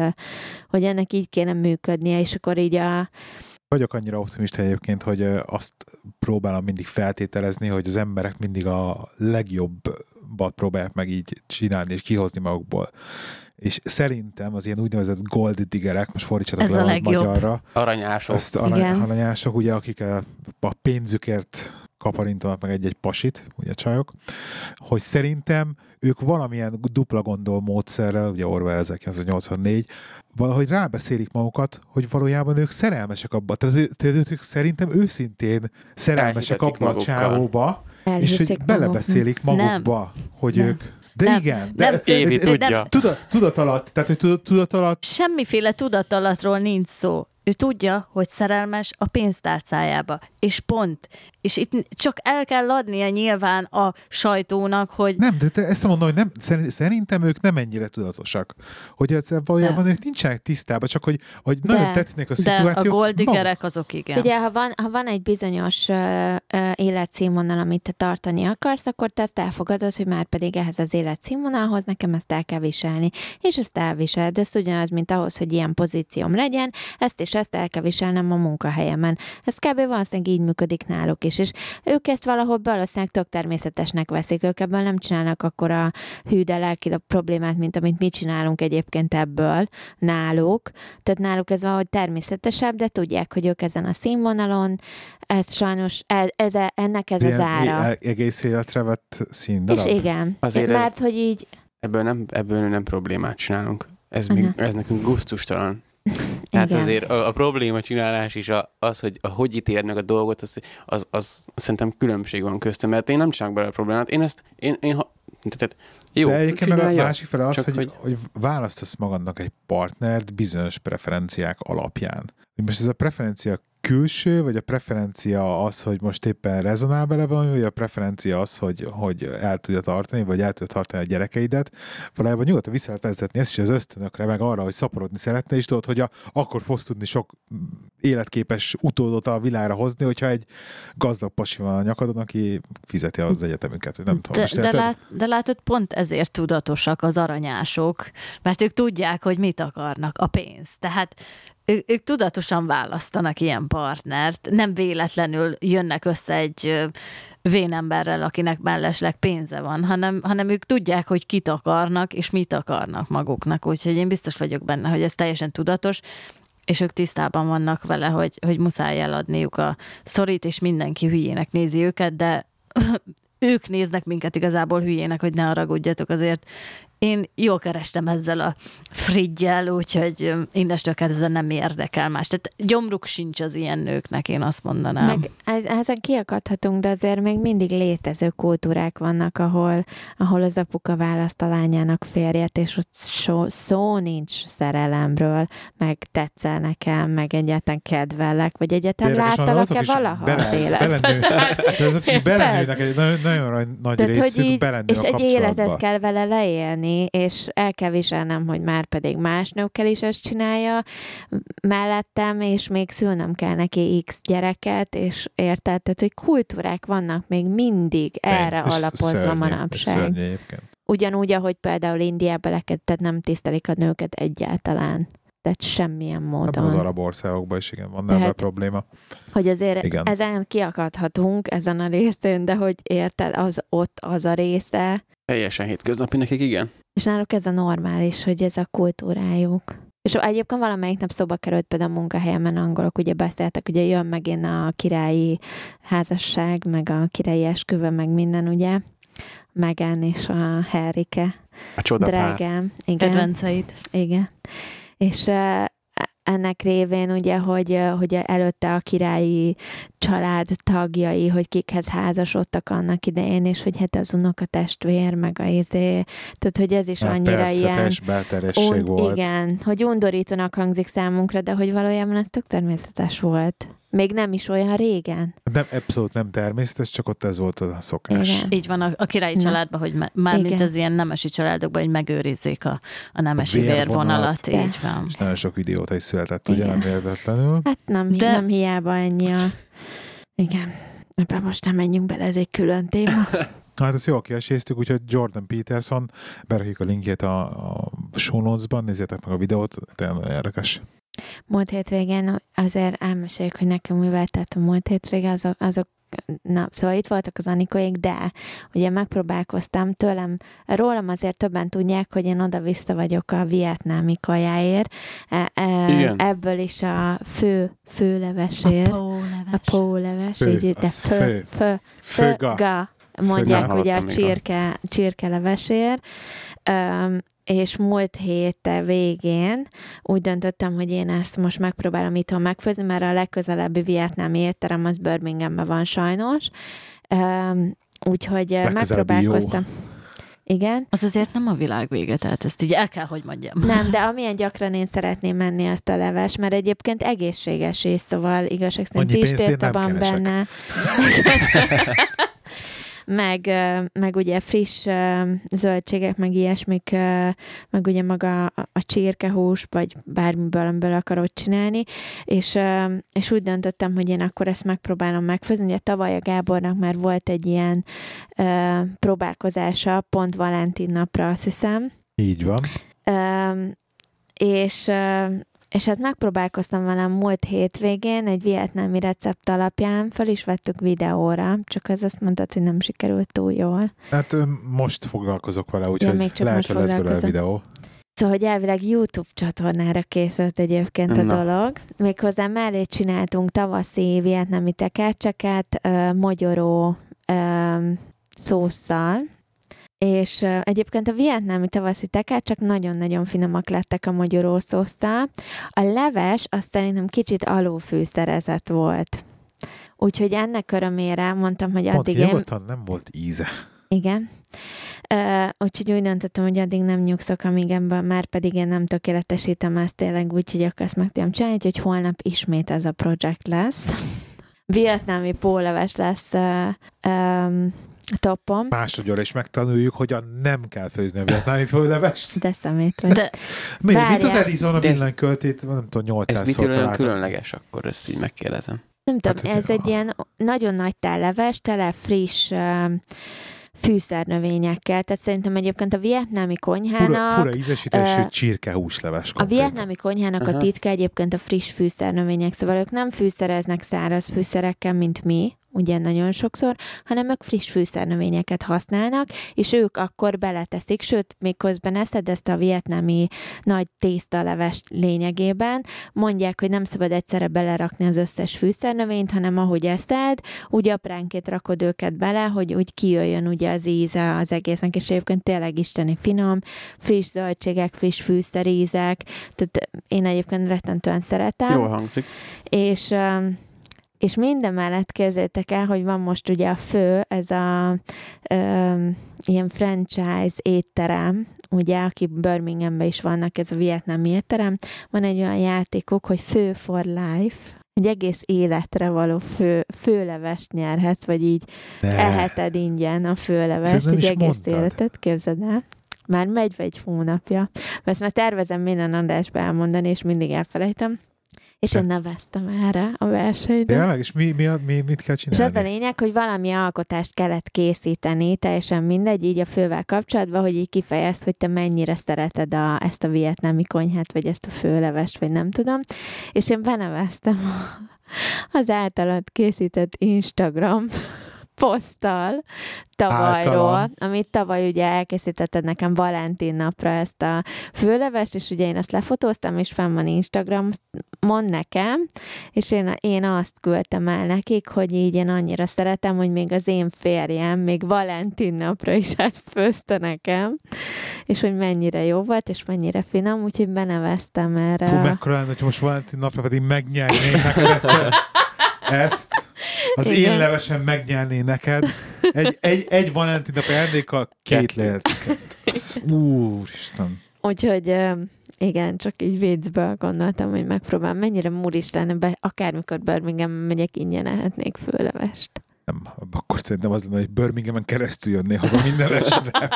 S1: hogy ennek így kéne működnie, és akkor így
S3: Vagyok annyira optimista egyébként, hogy azt próbálom mindig feltételezni, hogy az emberek mindig a legjobbat próbálják meg így csinálni, és kihozni magukból. És szerintem az ilyen úgynevezett gold diggerek, most fordítsatok le a magyarra.
S2: Aranyások.
S3: Aranyások, ugye, akik a pénzükért kaparintanak meg egy-egy pasit, ugye csajok, hogy szerintem ők valamilyen dupla gondol módszerrel, ugye Orwell 1984, valahogy rábeszélik magukat, hogy valójában ők szerelmesek abba. Tehát ők szerintem őszintén szerelmesek abba a csávóba, és hogy belebeszélik magukba, hogy ők... De nem, igen, de
S2: Évi tudja.
S3: Tudat alatt, tehát hogy tudat alatt...
S4: Semmiféle tudat alattról nincs szó. Ő tudja, hogy szerelmes a pénztárcájába. És pont. És itt csak el kell adnia nyilván a sajtónak, hogy...
S3: Nem, de ezt mondom, hogy nem, szerintem ők nem ennyire tudatosak. Hogy valójában ők nincsenek tisztában, csak hogy nagyon tetszik a szituáció.
S4: De a goldigerek azok igen.
S1: Ugye, ha van egy bizonyos életszínvonal, amit te tartani akarsz, akkor te ezt elfogadod, hogy már pedig ehhez az életszínvonalhoz nekem ezt el kell viselni. És ezt elviseled. Ez ugyanaz, mint ahhoz, hogy ilyen pozícióm legyen, ezt el kell viselnem a munkahelyemen. Ez kb. Valószínűleg így működik náluk is. És ők ezt valahol valószínűleg tök természetesnek veszik. Ők ebből nem csinálnak akkora hű, de lelki problémát, mint amit mi csinálunk egyébként ebből náluk. Tehát náluk ez valahogy természetesebb, de tudják, hogy ők ezen a színvonalon, ez sajnos, ennek ez az ára.
S3: Egész életre vett színdarab.
S1: És igen. Mert hogy így...
S2: Ebből nem problémát csinálunk. Ez nekünk gusztustalan. Tehát azért a probléma csinálás is az, hogy ítéled meg a dolgot, az szerintem különbség van köztem, mert én nem csinálok bele a problémát. Tehát jó,
S3: de egyébként meg a másik fele az, hogy választasz magadnak egy partnert bizonyos preferenciák alapján. Most ez a preferencia külső, vagy a preferencia az, hogy most éppen rezonál bele valami, vagy a preferencia az, hogy el tudja tartani, vagy el tudja tartani a gyerekeidet. Valójában nyugodtan vissza lehet vezetni ezt is az ösztönökre, meg arra, hogy szaporodni szeretne, és tudod, hogy akkor fogsz tudni sok életképes utódot a világra hozni, hogyha egy gazdag pasi van a nyakadon, aki fizeti az egyetemünket. Nem tudom.
S4: De látod, pont ezért tudatosak az aranyások, mert ők tudják, hogy mit akarnak, a pénzt. Tehát ők tudatosan választanak ilyen partnert, nem véletlenül jönnek össze egy vénemberrel, akinek mellesleg pénze van, hanem ők tudják, hogy kit akarnak, és mit akarnak maguknak. Úgyhogy én biztos vagyok benne, hogy ez teljesen tudatos, és ők tisztában vannak vele, hogy muszáj eladniuk a szorít, és mindenki hülyének nézi őket, de ők néznek minket igazából hülyének, hogy ne haragudjatok, azért. Én jól kerestem ezzel a friggyel, úgyhogy innestől kezdve nem érdekel más. Tehát gyomruk sincs az ilyen nőknek, én azt mondanám.
S1: Meg ezen kiakadhatunk, de azért még mindig létező kultúrák vannak, ahol az apuka választ a lányának férjet, és ott szó nincs szerelemről, meg tetszel nekem, meg egyáltalán kedvellek, vagy egyáltalán láttalak-e valaha az életben?
S3: De azok is belenőnek, egy nagyon nagy részük belenő a
S1: és
S3: kapcsolatba.
S1: egy életet kell vele leélni, és el kell viselnem, hogy már pedig más nőkkel is ezt csinálja mellettem, és még szülnem kell neki X gyereket, és érted? Tehát, hogy kultúrák vannak még mindig erre alapozva manapság. Ugyanúgy, ahogy például Indiában tehát nem tisztelik a nőket egyáltalán. Tehát semmilyen módon.
S3: Az arab országokban is igen, van ebben probléma.
S1: Hogy azért ezen kiakadhatunk, ezen a részén, de hogy érted, ott az a része,
S2: Teljesen hétköznapi nekik, igen.
S1: És náluk ez a normális, hogy ez a kultúrájuk. És egyébként valamelyik nap szóba került például a munkahelyemen, angolok ugye beszéltek, ugye jön megint a királyi házasság, meg a királyi esküvő, meg minden, ugye. Meghan és a Henrike.
S2: A csodapár.
S1: Drágám. Igen.
S4: Kedvenceid.
S1: Igen. És ennek révén ugye, hogy előtte a királyi család tagjai, hogy kikhez házasodtak annak idején, és hogy hát az unokatestvér, meg tehát hogy ez is annyira
S3: persze,
S1: ilyen...
S3: volt.
S1: Igen, hogy undorítónak hangzik számunkra, de hogy valójában ez tök természetes volt. Még nem is olyan régen.
S3: Nem, abszolút nem természetes, csak ott ez volt a szokás.
S1: Igen.
S4: Így van a királyi családban, hogy mármint az ilyen nemesi családokban, hogy megőrizzék a nemesi vérvonalat. Így van.
S3: És nagyon sok videót is született, ugye nem értetlenül.
S1: Hát nem hiába ennyi a... Igen. Ebben most nem menjünk bele, ez egy külön téma.
S3: Hát ezt jól kieséztük, úgyhogy Jordan Peterson, berakjuk a linkjét a show notes-ban, nézzétek meg a videót, tényleg érdekes.
S1: Múlt hétvégén azért elmeséljük, hogy nekem mivel tettem múlt hétvégén, azok na, szóval itt voltak az Anikóék, de ugye megpróbálkoztam rólam azért többen tudják, hogy én oda-vissza vagyok a vietnámi kajáért. Ebből is a főlevesért. A póleves. Főga. Mondják ugye a csirkelevesért. És múlt hét végén úgy döntöttem, hogy én ezt most megpróbálom itthon megfőzni, mert a legközelebbi vietnámi étterem az Birminghamben van sajnos. Úgyhogy megpróbálkoztam. Jó. Igen.
S4: Az azért nem a világ vége, tehát ezt így el kell, hogy mondjam.
S1: Nem, de amilyen gyakran én szeretném menni ezt a leves, mert egyébként egészséges is, szóval igazság szerint rizstészta van benne. meg ugye friss zöldségek, meg ilyesmik, meg ugye maga a csirkehús, vagy bármiből, amiből akarod csinálni, és úgy döntöttem, hogy én akkor ezt megpróbálom megfőzni. Ugye tavaly a Gábornak már volt egy ilyen próbálkozása, pont Valentin napra, azt hiszem.
S3: Így van.
S1: És hát megpróbálkoztam velem múlt hétvégén egy vietnámi recept alapján, fel is vettük videóra, csak az azt mondtad, hogy nem sikerült túl jól.
S3: Hát most foglalkozok vele, úgyhogy lehet, hogy lesz belőle videó.
S1: Szóval, hogy elvileg YouTube csatornára készült egyébként a dolog. Méghozzá mellé csináltunk tavaszi vietnámi tekercseket, mogyoró szósszal, és egyébként a vietnámi tavaszi tekercsek nagyon-nagyon finomak lettek a mogyoró szósszal. A leves azt szerintem kicsit alulfűszerezett volt. Úgyhogy ennek örömére mondtam, hogy addig
S3: nyugodtan nem volt íze.
S1: Igen. Úgyhogy úgy döntöttem, hogy addig nem nyugszok, amíg ebben már pedig én nem tökéletesítem ezt tényleg úgy, hogy akkor ezt meg tudom csinálni, hogy holnap ismét ez a projekt lesz. Vietnámi póleves lesz toppom.
S3: Másodjára is megtanuljuk, hogyan nem kell főzni a vietnámi főlevest.
S1: De szemét vagy.
S3: Mint az Arizona villanyköltét, nem tudom, 800-szor
S2: ez mitől olyan különleges, akkor ezt így megkérdezem.
S1: Nem tudom, ez egy ilyen nagyon nagy tálleves, tele friss fűszernövényekkel. Tehát szerintem egyébként a vietnámi konyhának...
S3: Fura ízesítésű csirkehúsleves.
S1: A vietnámi konyhának a titka egyébként a friss fűszernövények. Szóval ők nem fűszereznek száraz fűszerekkel, mint mi, ugye nagyon sokszor, hanem ők friss fűszernövényeket használnak, és ők akkor beleteszik, sőt, még közben eszed ezt a vietnámi nagy tésztalevest lényegében, mondják, hogy nem szabad egyszerre belerakni az összes fűszernövényt, hanem ahogy eszed, úgy apránként rakod őket bele, hogy úgy kijöjjön ugye az íze az egésznek, és egyébként tényleg isteni finom, friss zöldségek, friss fűszerízek, tehát én egyébként rettentően szeretem.
S2: Jól hangzik.
S1: És minden mellett képzeljétek el, hogy van most ugye a fő, ez a ilyen franchise étterem, ugye, aki Birminghamben is vannak, ez a vietnámi étterem, van egy olyan játékok, hogy fő for life, egy egész életre való főlevest nyerhetsz, vagy így eheted ingyen a főlevest, egy egész életet, képzeld el. Már megy egy hónapja. Ezt már tervezem minden adásba elmondani, és mindig elfelejtem. És én neveztem erre a versenyre.
S3: Tényleg? És mit kell csinálni?
S1: És az a lényeg, hogy valami alkotást kellett készíteni, teljesen mindegy, így a fővel kapcsolatban, hogy így kifejezd, hogy te mennyire szereted ezt a vietnámi konyhát, vagy ezt a főlevest, vagy nem tudom. És én beneveztem az általad készített Instagram poszttal tavalyról, amit tavaly ugye elkészítetted nekem Valentin napra ezt a főlevest, és ugye én ezt lefotóztam, és fenn van Instagramon nekem, és én azt küldtem el nekik, hogy így én annyira szeretem, hogy még az én férjem még Valentin napra is ezt főzte nekem, és hogy mennyire jó volt, és mennyire finom, úgyhogy beneveztem erre.
S3: Fú, mekkora lenne, hogy most Valentin napra pedig megnyerném neked ezt. Az igen. Én levesen megnyerné neked. Egy Valentin nap ajándékkal 2 leheteket. Úristen.
S1: Úgyhogy igen, csak így viccből gondoltam, hogy megpróbálom. Mennyire muris lenne, akármikor Birmingham megyek, ingyen ehetnék főlevest.
S3: Nem, akkor szerintem az lenne, hogy Birminghamen keresztül jönné haza minden este.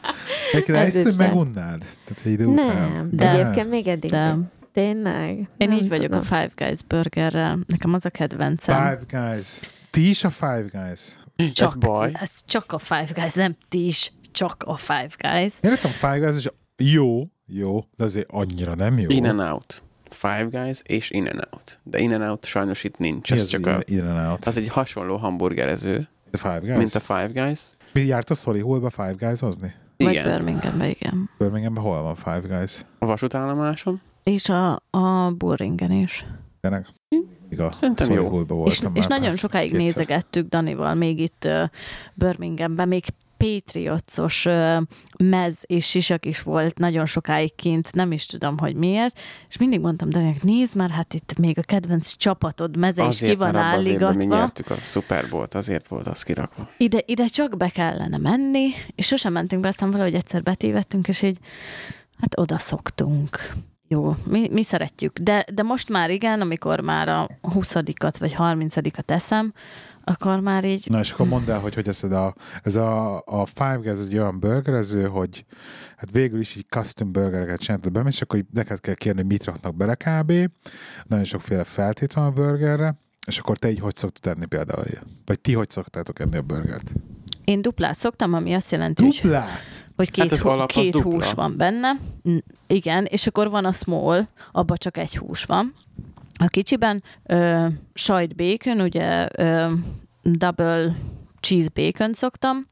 S3: Ezt megunnád? Tehát idő után.
S1: Nem, de egyébként még eddig. Tényleg?
S4: Én így vagyok a Five Guys burgerrel. Nekem az a kedvencem.
S3: Five Guys. Ti is a Five Guys?
S2: Ez baj.
S4: Ez csak a Five Guys, nem ti is, csak a Five Guys.
S3: Én nekem Five Guys is jó, de azért annyira nem jó.
S2: In-N-Out. Five Guys és In-N-Out. De In-N-Out sajnos itt nincs.
S3: Ez csak In-N-Out?
S2: Az egy hasonló hamburgerező.
S3: Five Guys?
S2: Mint a Five Guys.
S3: Mi járt a Solihullba Five Guys-ozni?
S4: Igen. Vagy Birminghamben, igen.
S3: Birminghamben hol van Five Guys?
S2: A vasútállomáson.
S4: És a Bullringen is.
S3: Tényleg?
S2: Szerintem jó.
S4: És nagyon sokáig nézegettük Danival még itt Birminghamben, még Patriots-os mez és sisak is volt nagyon sokáig kint, nem is tudom, hogy miért, és mindig mondtam Daninak, nézd már, hát itt még a kedvenc csapatod meze is ki van álligatva.
S2: Azért, mi nyertük a Super Bowl-t, azért volt az kirakva.
S4: Ide csak be kellene menni, és sosem mentünk be, aztán valahogy egyszer betévedtünk, és így, hát oda szoktunk. Jó, mi szeretjük, de most már igen, amikor már a 20-at vagy 30-at eszem, akkor már így...
S3: Na és akkor mondd el, hogy ez a Five Guys egy olyan burgerező, hogy hát végül is így custom burgereket csináltad be, és akkor neked kell kérni, mit raknak bele kb. Nagyon sokféle feltét van a burgerre, és akkor te így hogy szoktad enni például? Vagy ti hogy szoktátok enni a burgert?
S4: Én duplát szoktam, ami azt jelenti, hogy két hús van benne. Igen, és akkor van a small, abban csak egy hús van. A kicsiben sajt bacon, ugye double cheese bacon szoktam,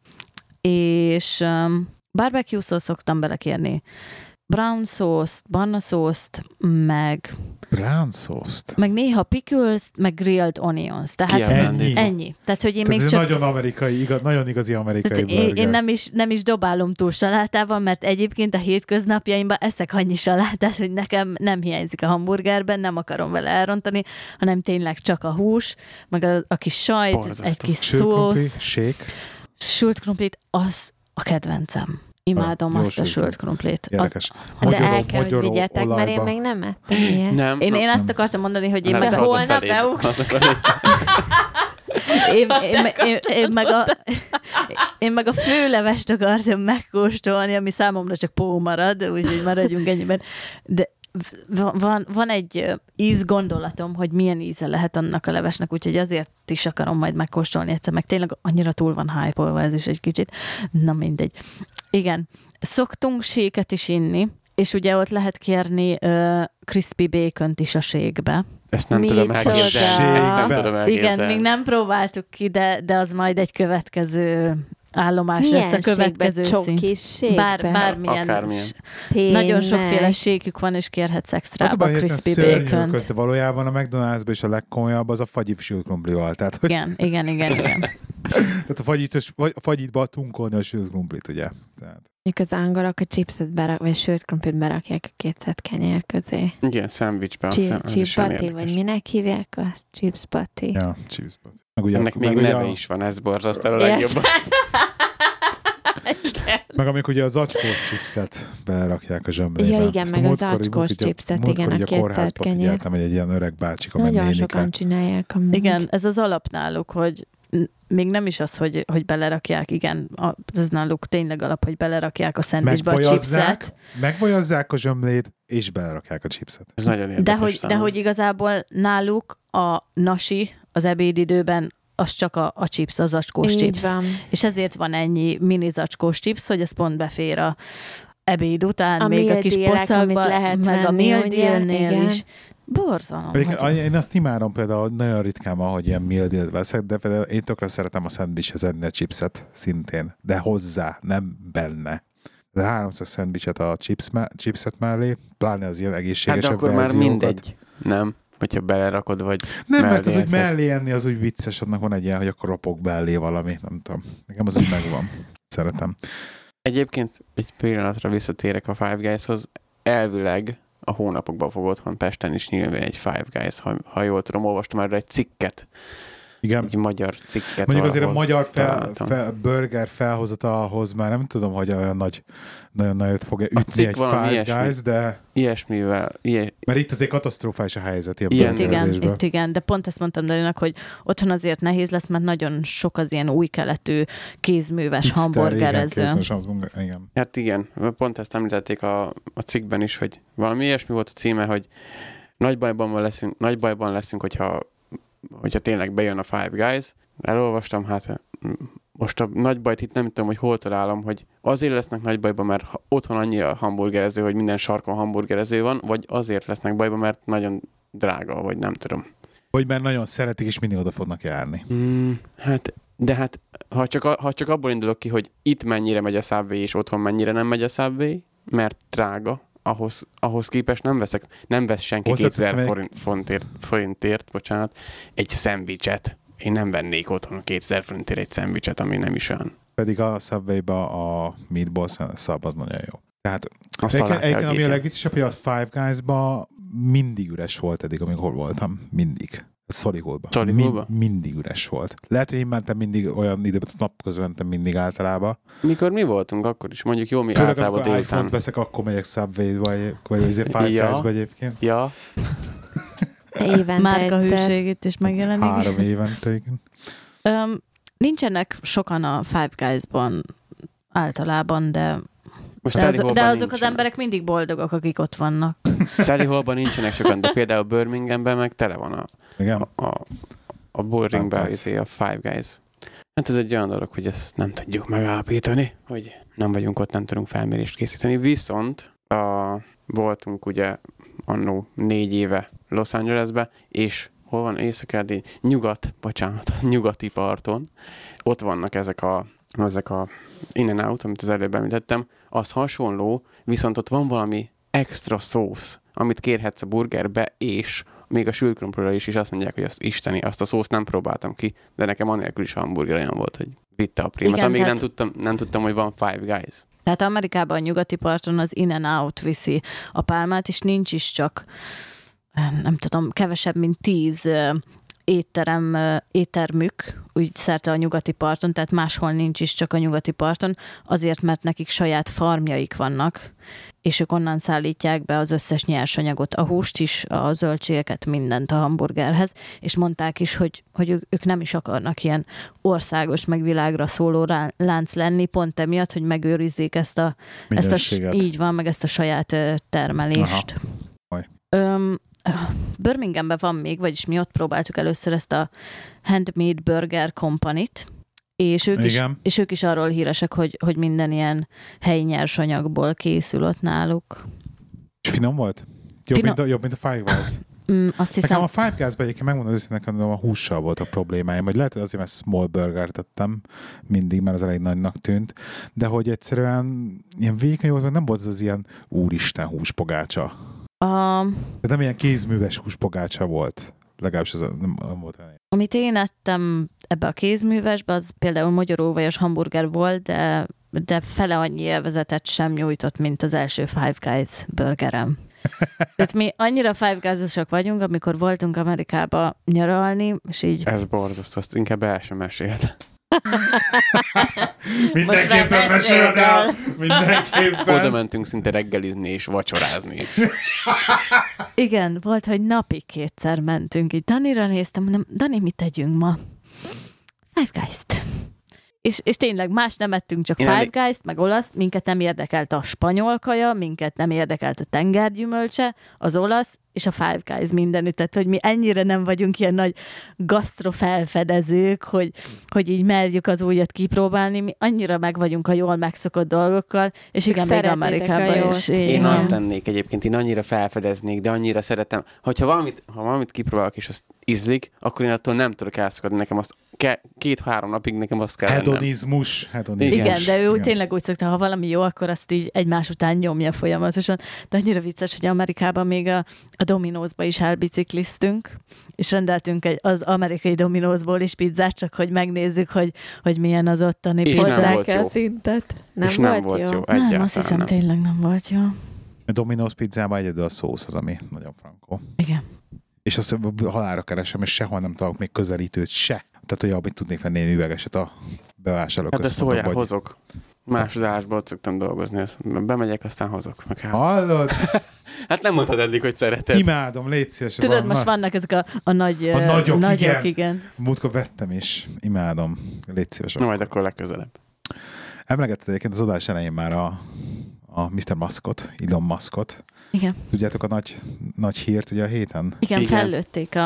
S4: és barbecue szósz szoktam belekérni. Brown sauce-t, barna sauce-t, meg...
S3: Brown sauce-t?
S4: Meg néha pickles, meg grilled onions. Tehát ennyi. Tehát, hogy én
S3: tehát
S4: még csak...
S3: nagyon amerikai, nagyon igazi amerikai burger.
S4: Én nem is dobálom túl salátával, mert egyébként a hétköznapjaimban eszek annyi salátát, hogy nekem nem hiányzik a hamburgerben, nem akarom vele elrontani, hanem tényleg csak a hús, meg a kis sajt, borzasztó. Egy kis szósz. Sült krumplit, az a kedvencem. Imádom azt a sült krumplit.
S3: Érdekes.
S1: De el kell, hogy vigyetek, mert én még nem ettem ilyet.
S2: Nem,
S4: én azt akartam mondani, hogy én meg holnap én meg a főlevest akartam megkóstolni, ami számomra csak pó marad, úgyhogy maradjunk ennyiben. De van egy ízgondolatom, hogy milyen íze lehet annak a levesnek, úgyhogy azért is akarom majd megkóstolni egyszer, meg tényleg annyira túl van hype-olva ez is egy kicsit. Na mindegy. Igen. Szoktunk séket is inni, és ugye ott lehet kérni crispy bacont is a sékbe.
S2: Ezt nem tudom elképzelni.
S4: Igen, még nem próbáltuk ki, de az majd egy következő állomás lesz a következő szint. Bármilyen. Nagyon sokféle sékük van, és kérhetsz extrába crispy bacon.
S3: De valójában a McDonald'sban is a legkomolyabb az a fagyi sült krumplival. Tehát,
S4: igen.
S3: Tehát a fagyitba tunkolni a sült krumplit, ugye? Tehát.
S1: Az angolok a chipset vagy sült krumplit berakják a 2 kenyér közé.
S2: Igen, szendvicsbe.
S1: Chips patty, vagy minek hívják azt? Chips patty.
S3: Ja, chips patty.
S2: Ennek még neve is van, ez borzasztó a legjobban.
S3: Meg amikor ugye az acskós chipset berakják a zsömlébe.
S1: Ja, igen, meg az acskós chipset, igen, a 2 kenyér.
S3: Figyeltem, hogy egy ilyen öreg bácsika, meg
S1: nagyon sokan csinálják amúgy.
S4: Igen, ez az alap náluk, hogy még nem is az, hogy belerakják, igen, ez náluk tényleg alap, hogy belerakják a szendvicsbe a chipset.
S3: Megvajazzák a zsömlét, és belerakják a chipset.
S2: Ez nagyon érdekes.
S4: De hogy igazából náluk a nasi az ebédidőben az csak a chips, az zacskós chips.
S1: Van.
S4: És ezért van ennyi mini zacskós chips, hogy ez pont befér a ebéd után, még a kis pocakba, meg a meal dealnél is. Borzalom.
S3: Én azt imádom például nagyon ritkán, ahogy ilyen meal deal veszek, de például én tökre szeretem a szendvicshez enni a chipset szintén, de hozzá, nem benne. De 300 szendvicset a chipset mellé, pláne az ilyen egészségesebb
S2: hát de akkor már mindegy, nem? Hogyha belerakod, vagy
S3: nem, mert az, hogy mellé enni, az úgy vicces, annak van egy ilyen, hogy akkor ropog mellé valami, nem tudom. Nekem az úgy megvan. Szeretem.
S2: Egyébként egy pillanatra visszatérek a Five Guys-hoz. Elvileg a hónapokban fog otthon Pesten is nyílni egy Five Guys, ha jól tudom, olvastam már egy cikket.
S3: Igen.
S2: Egy magyar cikket.
S3: Mondjuk azért a magyar burger felhozatalhoz már nem tudom, hogy olyan nagyon nagyot fog ütni egy Five Guys, de...
S2: Ilyesmivel.
S3: Mert itt azért katasztrofális a helyzet.
S4: Itt igen, de pont ezt mondtam Dalinak, hogy otthon azért nehéz lesz, mert nagyon sok az ilyen új keletű kézműves hamburgerező.
S3: Igen.
S2: Hát igen, pont ezt említették a cikkben is, hogy valami ilyesmi volt a címe, hogy nagy bajban leszünk, hogyha tényleg bejön a Five Guys. Elolvastam, hát most a nagy bajt itt nem tudom, hogy hol találom, hogy azért lesznek nagy bajban, mert otthon annyi a hamburgerező, hogy minden sarkon hamburgerező van, vagy azért lesznek bajban, mert nagyon drága, vagy nem tudom.
S3: Vagy mert nagyon szeretik, és mindig oda fognak járni.
S2: Hát, ha csak abból indulok ki, hogy itt mennyire megy a Subway, és otthon mennyire nem megy a Subway, mert drága, ahhoz képest nem vesz senki 2000 forintért, egy szendvicset. Én nem vennék otthon 2000 forintért egy szendvicset, ami nem is olyan.
S3: Pedig a Subway-ba a meatball szab az nagyon jó. Tehát ami a legviccesebb, hogy a Five Guys-ba mindig üres volt eddig, amikor voltam. Mindig. Solihullban. Mindig üres volt. Lehet, hogy én mentem mindig olyan időben, nap közben mentem mindig általában.
S2: Mikor mi voltunk, akkor is. Mondjuk jó, mi
S3: főleg
S2: általában délután.
S3: Főleg iPhone-t veszek, akkor megyek Subway-ba, vagy azért Five Guys-ba egyébként.
S2: Ja.
S1: Évente
S4: Márka hűségét is megjelenik.
S3: 3 évente, igen.
S4: Nincsenek sokan a Five Guys-ban általában, de azok
S2: nincsenek.
S4: Az emberek mindig boldogok, akik ott vannak.
S2: Solihullban nincsenek sokan, de például Birminghamben meg tele van a Bullringben a Five Guys. Hát ez egy olyan dolog, hogy ezt nem tudjuk megállapítani, hogy nem vagyunk ott, nem tudunk felmérést készíteni. Viszont voltunk ugye annó 4 éve Los Angelesbe, és hol van Észak-Erdély? Nyugati parton. Ott vannak ezek a In-N-Out, amit az előbb említettem. Az hasonló, viszont ott van valami extra szósz, amit kérhetsz a burgerbe, és még a sülkrumplóra is azt mondják, hogy azt isteni, azt a szószt nem próbáltam ki, de nekem anélkül is a hamburger olyan volt, hogy vitte a prímet. Amíg nem tudtam, hogy van Five Guys.
S4: Tehát Amerikában a nyugati parton az In-N-Out viszi a pálmát, és nincs is csak, nem tudom, kevesebb, mint 10 éttermük, úgy szerte a nyugati parton, tehát máshol nincs is, csak a nyugati parton, azért, mert nekik saját farmjaik vannak, és ők onnan szállítják be az összes nyersanyagot, a húst is, a zöldségeket, mindent a hamburgerhez, és mondták is, hogy ők nem is akarnak ilyen országos, meg világra szóló lánc lenni, pont emiatt, hogy megőrizzék ezt a így van, meg ezt a saját termelést. Birminghamben van még, vagyis mi ott próbáltuk először ezt a Handmade Burger Company-t, és ők is arról híresek, hogy minden ilyen helyi nyersanyagból készül ott náluk.
S3: És finom volt? Jobb, mint a Five Guys?
S4: Azt hiszem.
S3: Nekem a Five Guys-ban egyébként megmondom őszintén, nekem a hússal volt a problémáim, vagy lehet, hogy azért, mert small burger tettem mindig, mert az elég nagynak tűnt, de hogy egyszerűen ilyen vékony volt, nem volt az ilyen úristen húspogácsa. De nem ilyen kézműves húspogácsa volt. Legalábbis ez nem volt olyan.
S4: Amit én ettem ebbe a kézművesbe, az például magyaróvajas hamburger volt, de fele annyi élvezetet sem nyújtott, mint az első Five Guys burgerem. Tehát mi annyira Five Guys-osak vagyunk, amikor voltunk Amerikába nyaralni, és így...
S2: Ez borzasztó, azt inkább el sem mesélt.
S3: Mindenképpen meséld el! Mindenképpen!
S2: Oda mentünk szinte reggelizni és vacsorázni.
S4: Igen, volt, hogy napi 2-szer mentünk. Így Danira néztem, mondom, Dani, mit tegyünk ma? Five Guys-t. és tényleg más nem ettünk, csak Five Guys-t, meg olasz, minket nem érdekelt a spanyol kaja, minket nem érdekelt a tengergyümölcse, az olasz, és a Five Guys mindenütt. Tehát, hogy mi ennyire nem vagyunk ilyen nagy gasztrofelfedezők, hogy így merjük az újat kipróbálni, mi annyira meg vagyunk a jól megszokott dolgokkal, és igen, még Amerikában is.
S2: Én azt tennék egyébként, én annyira felfedeznék, de annyira szeretem. Ha valamit kipróbálok, és azt ízlik, akkor én attól nem tudok elszakadni, nekem azt 2-3 napig nekem azt kell
S3: Hedonizmus.
S4: Igen, de ő tényleg úgy szokta, ha valami jó, akkor azt így egymás után nyomja folyamatosan. De annyira vicces, hogy Amerikában még a Domino'sba is elbicikliztünk, és rendeltünk az amerikai Domino'sból is pizzát, csak hogy megnézzük, hogy milyen az ottani pizza.
S1: Hozzá kell szintet.
S2: Nem volt jó.
S4: Nem, azt hiszem tényleg nem volt jó.
S3: A Domino's pizzában egyedül a szósz az, ami nagyon frankó.
S4: Igen.
S3: És azt halálra keresem, és sehol nem találok még közelítőt se. Tehát, hogy amit tudnék venni én üvegeset a bevásárlók.
S2: Hát de szóljál, hozok. Másodásból szoktam dolgozni. Bemegyek, aztán hozok.
S3: Hallod?
S2: Hát nem mondtad eddig, hogy szereted.
S3: Imádom, légy szíves.
S4: Tudod, most vannak ezek a nagyok, igen.
S3: Múltkor vettem is. Imádom. Légy szíves.
S2: Na, majd akkor legközelebb.
S3: Emlegetted egyébként az adás elején már a Mr. Muskot, Elon Muskot.
S4: Igen.
S3: Tudjátok a nagy hírt ugye a héten?
S4: Igen. Fellőtték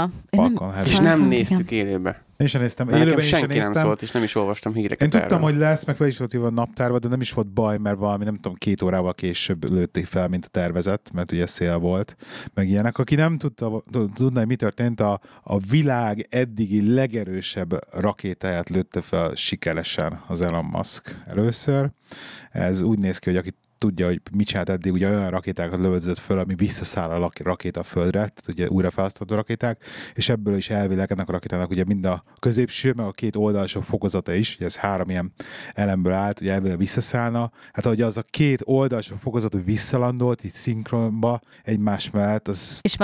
S2: és nem néztük élőbe.
S3: Én sem néztem.
S2: Élőben senki nem szólt, és nem is olvastam híreket.
S3: Én tudtam, hogy lesz, meg fel is volt a naptárba, de nem is volt baj, mert valami, nem tudom, 2 órával később lőtték fel, mint a tervezett, mert ugye szél volt, meg ilyenek. Aki nem tudna, hogy mi történt, a világ eddigi legerősebb rakétáját lőtte fel sikeresen az Elon Musk először. Ez úgy néz ki, hogy aki tudja, hogy mit csinált eddig, ugye olyan rakétákat lövöldözött föl, ami visszaszáll a rakéta a földre, tehát ugye újra felhasználható rakéták, és ebből is elvileg ennek a rakétának ugye mind a középső, meg a 2 oldalsó fokozata is, ugye ez 3 ilyen elemből állt, ugye elvileg visszaszállna. Hát ahogy az a 2 oldalsó fokozat visszalandolt, így szinkronba egymás mellett, az...
S4: És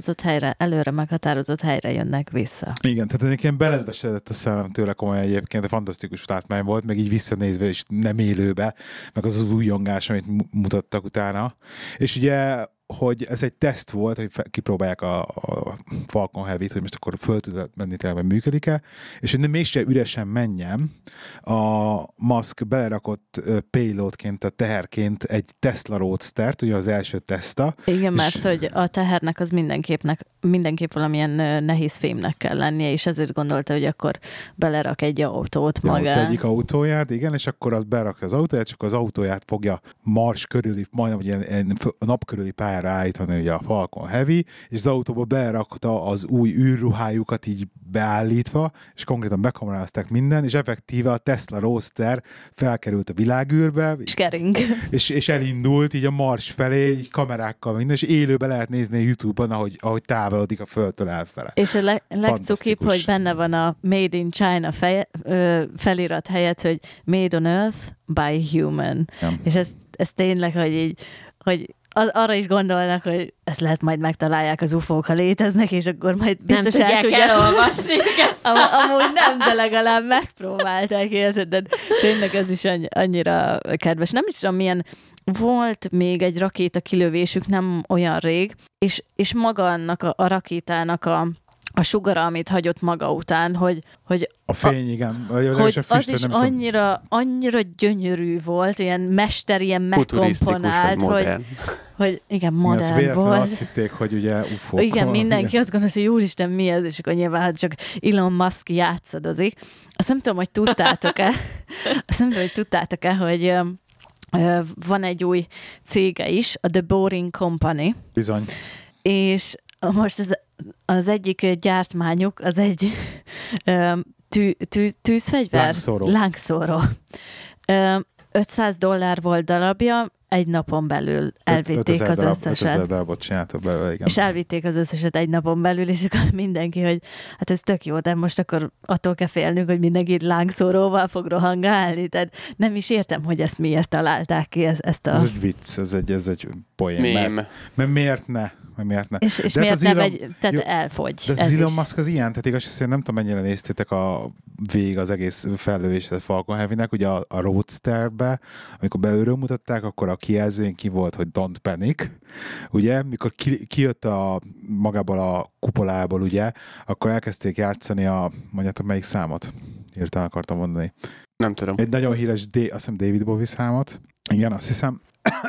S4: előre meghatározott helyre jönnek vissza.
S3: Igen, tehát ennek ilyen beledbesedett a szemem tőle komolyan egyébként, fantasztikus látmány volt, meg így visszanézve is nem élőbe, meg az újongás, amit mutattak utána. És ugye, hogy ez egy teszt volt, hogy kipróbálják a Falcon Heavy-t, hogy most akkor föl tud menni tényleg, működik-e, és hogy mégse üresen menjen, a Musk belerakott payloadként, a teherként egy Tesla Roadstert, ugye az első Tesla.
S4: Igen, mert hogy a tehernek az mindenképp valamilyen nehéz fémnek kell lennie, és ezért gondolta, hogy akkor belerak egy autót maga.
S3: Az egyik autóját, igen, és akkor az berakja az autóját, csak az autóját fogja Mars körüli, majdnem ilyen nap körüli pályára állítani ugye a Falcon Heavy, és az autóba berakta az új űrruhájukat így beállítva, és konkrétan bekamerázták minden, és effektíve a Tesla Roadster felkerült a világűrbe, és elindult így a Mars felé, így kamerákkal minden, és élőben lehet nézni a YouTube-on, ahogy távolodik a földtől elfele.
S4: És a legcukibb, hogy benne van a Made in China felirat helyett, hogy Made on Earth by Human. Ja. És ez tényleg, hogy arra is gondolnak, hogy ezt lehet majd megtalálják az UFO-k, ha léteznek, és akkor majd biztos
S1: nem el tudják elolvasni.
S4: Amúgy nem, de legalább megpróbálták, érted? De tényleg ez is annyira kedves. Nem is tudom, milyen volt még egy rakéta kilövésük nem olyan rég, és maga annak a rakétának a sugara, amit hagyott maga után, hogy
S3: a fény, igen.
S4: Hogy az is annyira gyönyörű volt, ilyen mester, ilyen megkomponált, hogy igen, modern volt.
S3: Azt hitték, hogy ugye UFO.
S4: Igen, mindenki azt gondolja, hogy úristen, mi ez, és akkor nyilván csak Elon Musk játszadozik. Azt nem tudom, hogy tudtátok-e, hogy van egy új cége is, a The Boring Company.
S3: Bizony.
S4: És most az egyik gyártmányuk, az egy tűzfegyver? Lángszóró. $500 volt darabja, egy napon belül elvitték az összeset.
S3: 5000 darabot csináltak belőle, igen.
S4: És elvitték az összeset egy napon belül, és akkor mindenki, hogy hát ez tök jó, de most akkor attól kell félnünk, hogy mindenki lángszóróval fog rohangálni. Tehát nem is értem, hogy ezt miért találták ki. Ez
S3: egy vicc, ez egy poén. Mert miért ne?
S4: És miért nem elfogy.
S3: De az Elon Musk az ilyen, tehát igaz, hogy nem tudom, mennyire néztétek végig az egész fellövés a Falcon Heavy-nek, ugye a Roadsterbe, amikor belülről mutatták, akkor a kijelzőn ki volt, hogy Don't Panic, ugye, mikor kijött magából a kupolából, ugye, akkor elkezdték játszani mondjátok, melyik számot? Hirtelen akartam mondani.
S2: Nem tudom.
S3: Egy nagyon híres, azt hiszem David Bowie számot, igen, azt hiszem,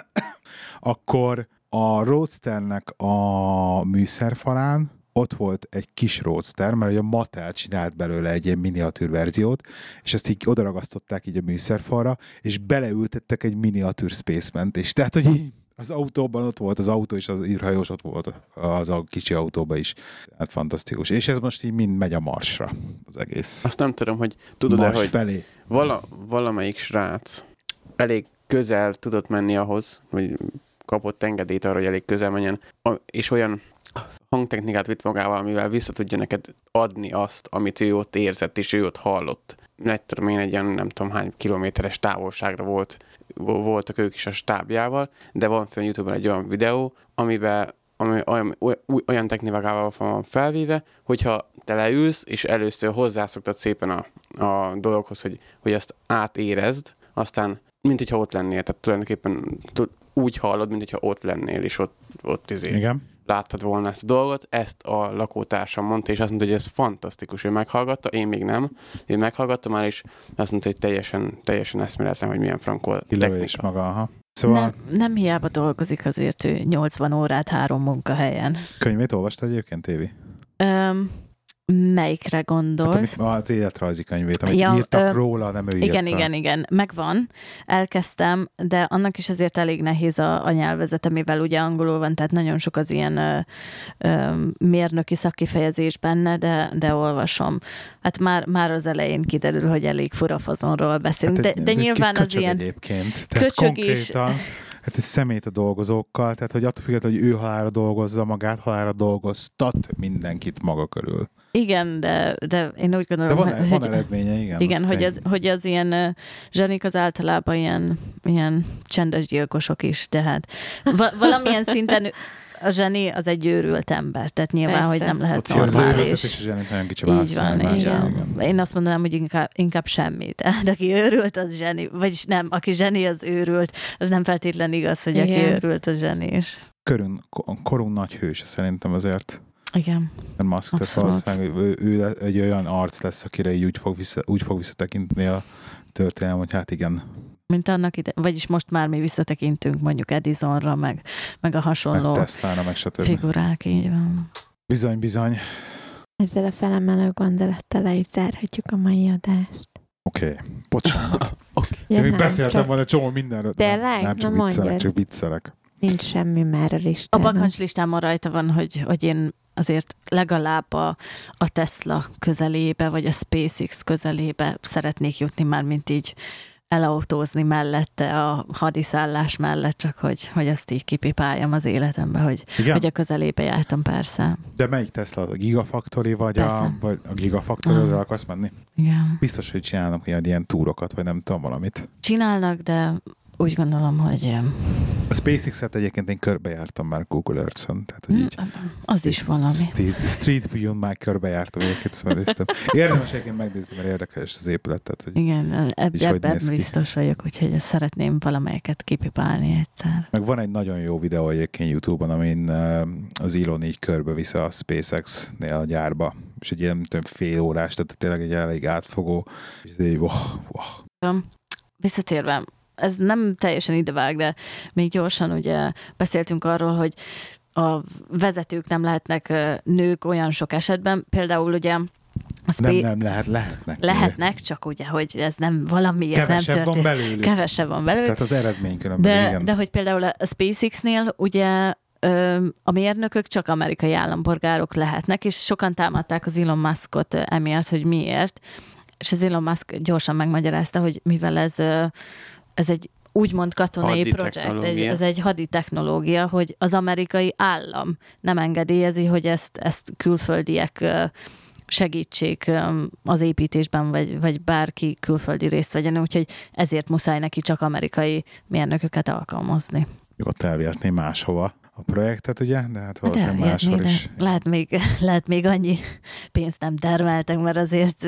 S3: akkor a Roadsternek a műszerfalán ott volt egy kis Roadster, mert a Mattel csinált belőle egy ilyen miniatűr verziót, és ezt így odaragasztották így a műszerfalra, és beleültettek egy miniatűr Spacement, és tehát, hogy így az autóban ott volt az autó, és az űrhajós ott volt az a kicsi autóban is. Hát fantasztikus. És ez most így mind megy a Marsra, az egész.
S2: Azt nem tudom, hogy tudod-e, hogy
S3: felé.
S2: Valamelyik srác elég közel tudott menni ahhoz, hogy kapott engedélyt arra, hogy elég közel menjen, és olyan hangtechnikát vitt magával, amivel vissza tudja neked adni azt, amit ő ott érzett, és ő ott hallott. Tudom én, egy ilyen nem tudom hány kilométeres távolságra voltak ők is a stábjával, de van fönn YouTube-on egy olyan videó, ami olyan technikával van felvéve, hogyha te leülsz, és először hozzászoktad szépen a dologhoz, hogy azt átérezd, aztán mint hogyha ott lennél, tehát tulajdonképpen úgy hallod, mint hogyha ott lennél, és ott
S3: Igen.
S2: láttad volna ezt a dolgot, ezt a lakótársam mondta, és azt mondta, hogy ez fantasztikus, ő meghallgatta, én még nem, ő meghallgatta már, és azt mondta, hogy teljesen eszméletlen, hogy milyen frankol technika.
S3: Maga, aha. Szóval...
S4: Nem hiába dolgozik azért ő 80 órát 3 munkahelyen.
S3: Könyvét olvastad egyébként, Évi?
S4: Melyikre gondolsz?
S3: Hát, az életrajzi könyvét, amit írtak róla, nem ő írta.
S4: Igen, megvan. Elkezdtem, de annak is azért elég nehéz a nyelvezete, mivel ugye angolul van, tehát nagyon sok az ilyen mérnöki szakkifejezés benne, de olvasom. Hát már az elején kiderül, hogy elég fura fazonról beszélünk, hát de nyilván az ilyen
S3: egyébként. Köcsög is. Hát ez szemét a dolgozókkal, tehát hogy attól függetlenül, hogy ő halára dolgozza magát, halára dolgoztat mindenkit maga körül.
S4: Igen, de én úgy gondolom,
S3: de van eredménye, igen.
S4: Igen, hogy az ilyen zsenik az általában ilyen csendes gyilkosok is, tehát valamilyen szinten a zseni az egy őrült ember, tehát nyilván,
S1: persze,
S4: hogy nem lehet
S3: normális. És a zsenit nagyon kicsi
S4: igen. Én azt mondanám, hogy inkább semmi. Tehát aki őrült, az zseni. Vagyis nem, aki zseni, az őrült. Az nem feltétlen igaz, hogy aki őrült, az zseni is.
S3: Korunk nagy hőse szerintem azért.
S4: Igen.
S3: Musk, tehát valószínűleg ő egy olyan arc lesz, akire így úgy fog visszatekinteni a történelem, hogy hát igen.
S4: Mint annak vagyis most már mi visszatekintünk mondjuk Edisonra, meg a hasonló
S3: meg Teslára, meg stb.
S4: Figurák, így van.
S3: Bizony.
S1: Ezzel a felemelő gondolattal le is zárhatjuk a mai adást.
S3: Oké. Bocsánat. Én még beszéltem volna csomó mindenről.
S1: Tényleg?
S3: Nem csak viccelek.
S1: Nincs semmi már a listán.
S4: A bakancslistámon rajta van, hogy én azért legalább a Tesla közelébe, vagy a SpaceX közelébe szeretnék jutni már, mint így elautózni mellette, a hadiszállás mellett, csak hogy azt így kipipáljam az életembe, hogy a közelébe jártam, persze.
S3: De melyik Tesla? A Gigafactory, vagy a Gigafactory, az el akarsz menni?
S4: Igen.
S3: Biztos, hogy csinálnak ilyen túrokat, vagy nem tudom, valamit.
S4: Csinálnak, de úgy gondolom, hogy...
S3: A SpaceX-et egyébként én körbejártam már Google Earth-on. Tehát, hogy így
S4: az is valami.
S3: Street View-n már körbejártam egyébként, szóval néztem. Érdemes egyébként megnézni, mert érdekes az épület. Tehát, hogy
S4: igen, ebben biztos vagyok, úgyhogy szeretném valamelyiket kipipálni egyszer.
S3: Meg van egy nagyon jó videó egyébként YouTube-on, amin az Elon így körbevisz a SpaceX-nél a gyárba, és egy ilyen fél órás, tehát tényleg egy elég átfogó, és így wow.
S4: Visszatérve, ez nem teljesen idevág, de még gyorsan ugye beszéltünk arról, hogy a vezetők nem lehetnek nők olyan sok esetben. Például ugye
S3: lehetnek.
S4: Lehetnek, csak ugye, hogy ez nem valamiért nem történt. Kevesebb van belőlük.
S3: Tehát az eredmény különböző.
S4: De hogy például a SpaceX-nél ugye a mérnökök csak amerikai állampolgárok lehetnek, és sokan támadták az Elon Muskot emiatt, hogy miért. És az Elon Musk gyorsan megmagyarázta, hogy mivel ez egy úgymond katonai projekt, ez egy hadi technológia, hogy az amerikai állam nem engedélyezi, hogy ezt külföldiek segítsék az építésben, vagy bárki külföldi részt vegyen, úgyhogy ezért muszáj neki csak amerikai mérnököket alkalmazni.
S3: Ott elvihetné máshova a projektet, ugye? De hát valószínűleg máshol is.
S4: Lehet még annyi pénzt nem termeltek, mert azért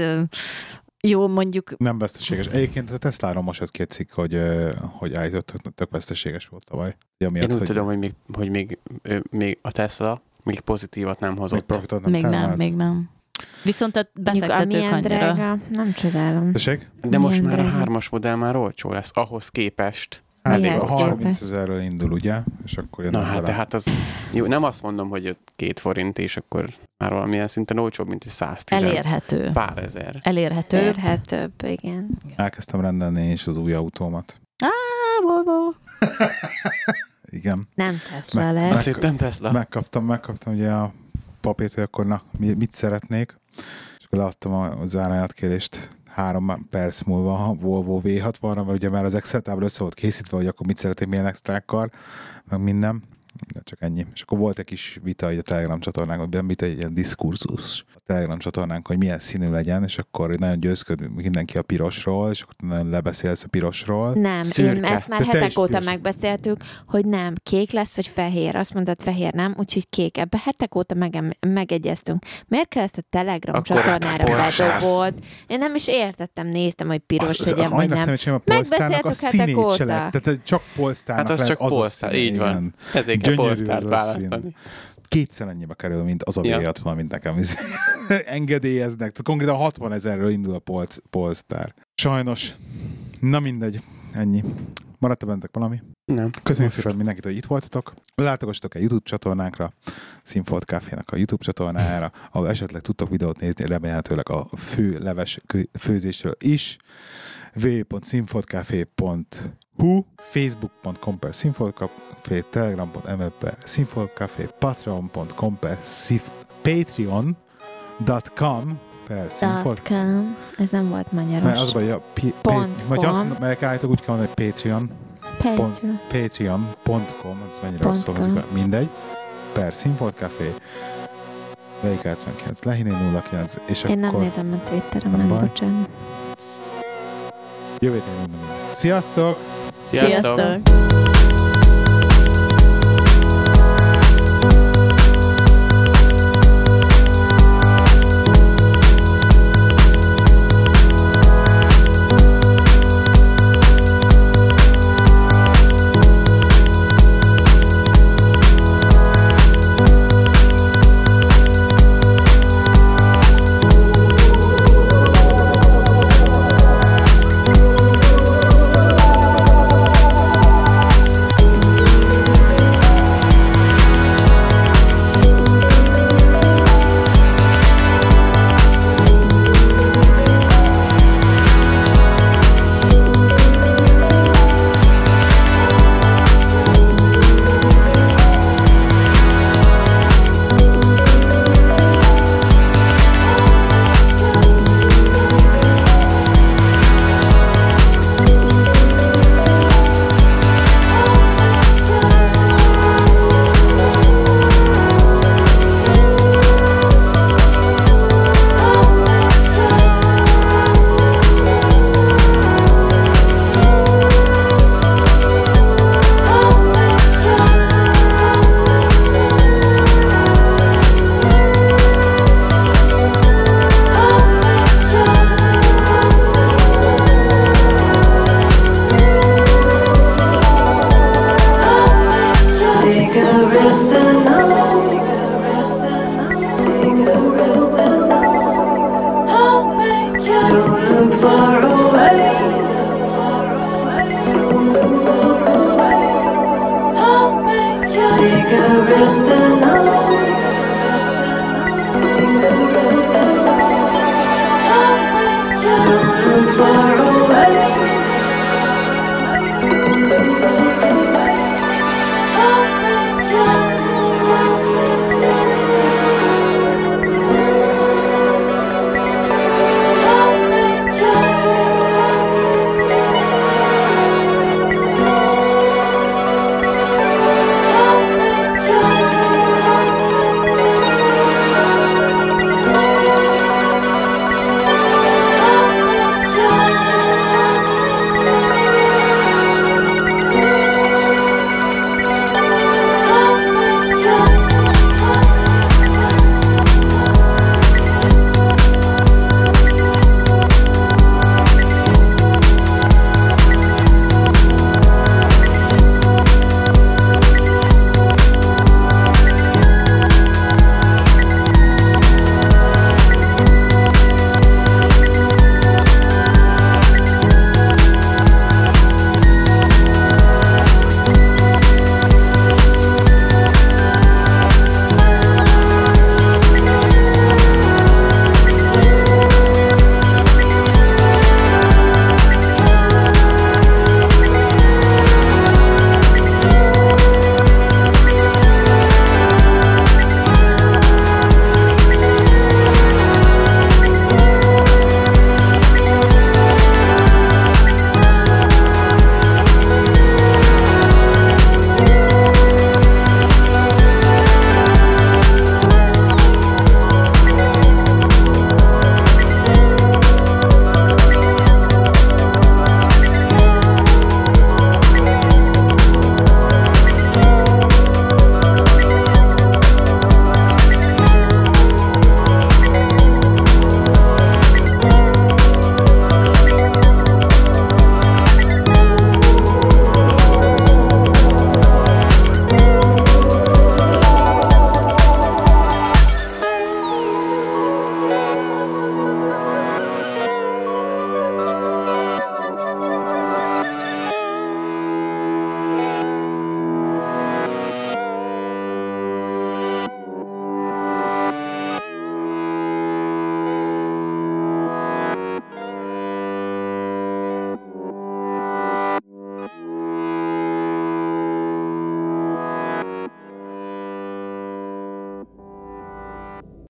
S4: jó, mondjuk...
S3: Nem veszteséges. Egyébként a Tesláról most jött két cikk, hogy állított, tök veszteséges volt tavaly.
S2: Amiatt, én úgy tudom, hogy még a Tesla még pozitívat nem hozott.
S4: Még nem. Viszont a befektetők annyira.
S1: Drága, nem csodálom.
S2: De most már a 3-as modell már olcsó lesz, ahhoz képest.
S3: Hát a 30 000-ről indul, ugye? És akkor
S2: na hát, de hát az... Jó, nem azt mondom, hogy 2 forint, és akkor már valamilyen szinten olcsóbb, mint 110.
S4: Elérhető.
S2: Pár ezer.
S1: Elérhetőbb, igen.
S3: Elkezdtem rendelni is az új autómat.
S4: Volvo.
S3: Igen.
S1: Nem Tesla lesz.
S2: Nem Tesla.
S3: Megkaptam ugye a papírt, hogy akkor na, mit szeretnék. És akkor leadtam az árajánlatkérést 3 perc múlva a Volvo V60-ra, mert ugye már az Excel tábla össze volt készítve, hogy akkor mit szeretnék, milyen extrákkal, meg minden. De csak ennyi. És akkor volt egy kis vita a Telegram csatornánkon, egy ilyen diskurzus a Telegram csatornánk, hogy milyen színű legyen, és akkor nagyon győzköd mindenki a pirosról, és akkor nagyon lebeszélsz a pirosról.
S1: Nem, én ezt már hetek óta megbeszéltük, hogy nem, kék lesz, vagy fehér. Azt mondtad, fehér nem, úgyhogy kék. Ebbe hetek óta megegyeztünk. Miért kell ezt a Telegram akkor csatornára bedobod? Én nem is értettem, néztem, hogy piros legyen, vagy nem.
S3: Megbeszéltük hetek óta. Tehát csak Polestarnak
S2: hát az csak Polestar, így van. Ezért kell Polestart választani.
S3: 2-szer ennyibe kerül, mint az a V60, mint nekem engedélyeznek. Tehát konkrétan 60 000-ről indul a Polestar. Sajnos. Na mindegy. Ennyi. Maradt-e bennetek valami?
S2: Nem.
S3: Köszönjük szépen mindenkit, hogy itt voltatok. Látogassatok el YouTube csatornánkra, Színfolt Cafénak a YouTube csatornájára, ahol esetleg tudtok videót nézni, remélhetőleg a fő leves főzésről is. www.színfoltcafé.hu, facebook.com/színfoltcafé, telegram.me/színfoltcafé, patreon.com/színfoltcafé.
S1: Ez nem volt magyaros.
S3: Mert az baj, vagy azt mondom, mert állítok, úgy kell mondani, hogy Patreon.com, ez mennyire rosszul hangzik, mindegy, per Színfoltcafé, Leika 79, Lehiné 09, és
S1: én
S3: akkor...
S1: nem nézem a Twitteren, bocsánat.
S3: Jövő héten mondom. Sziasztok!
S2: Sziasztok!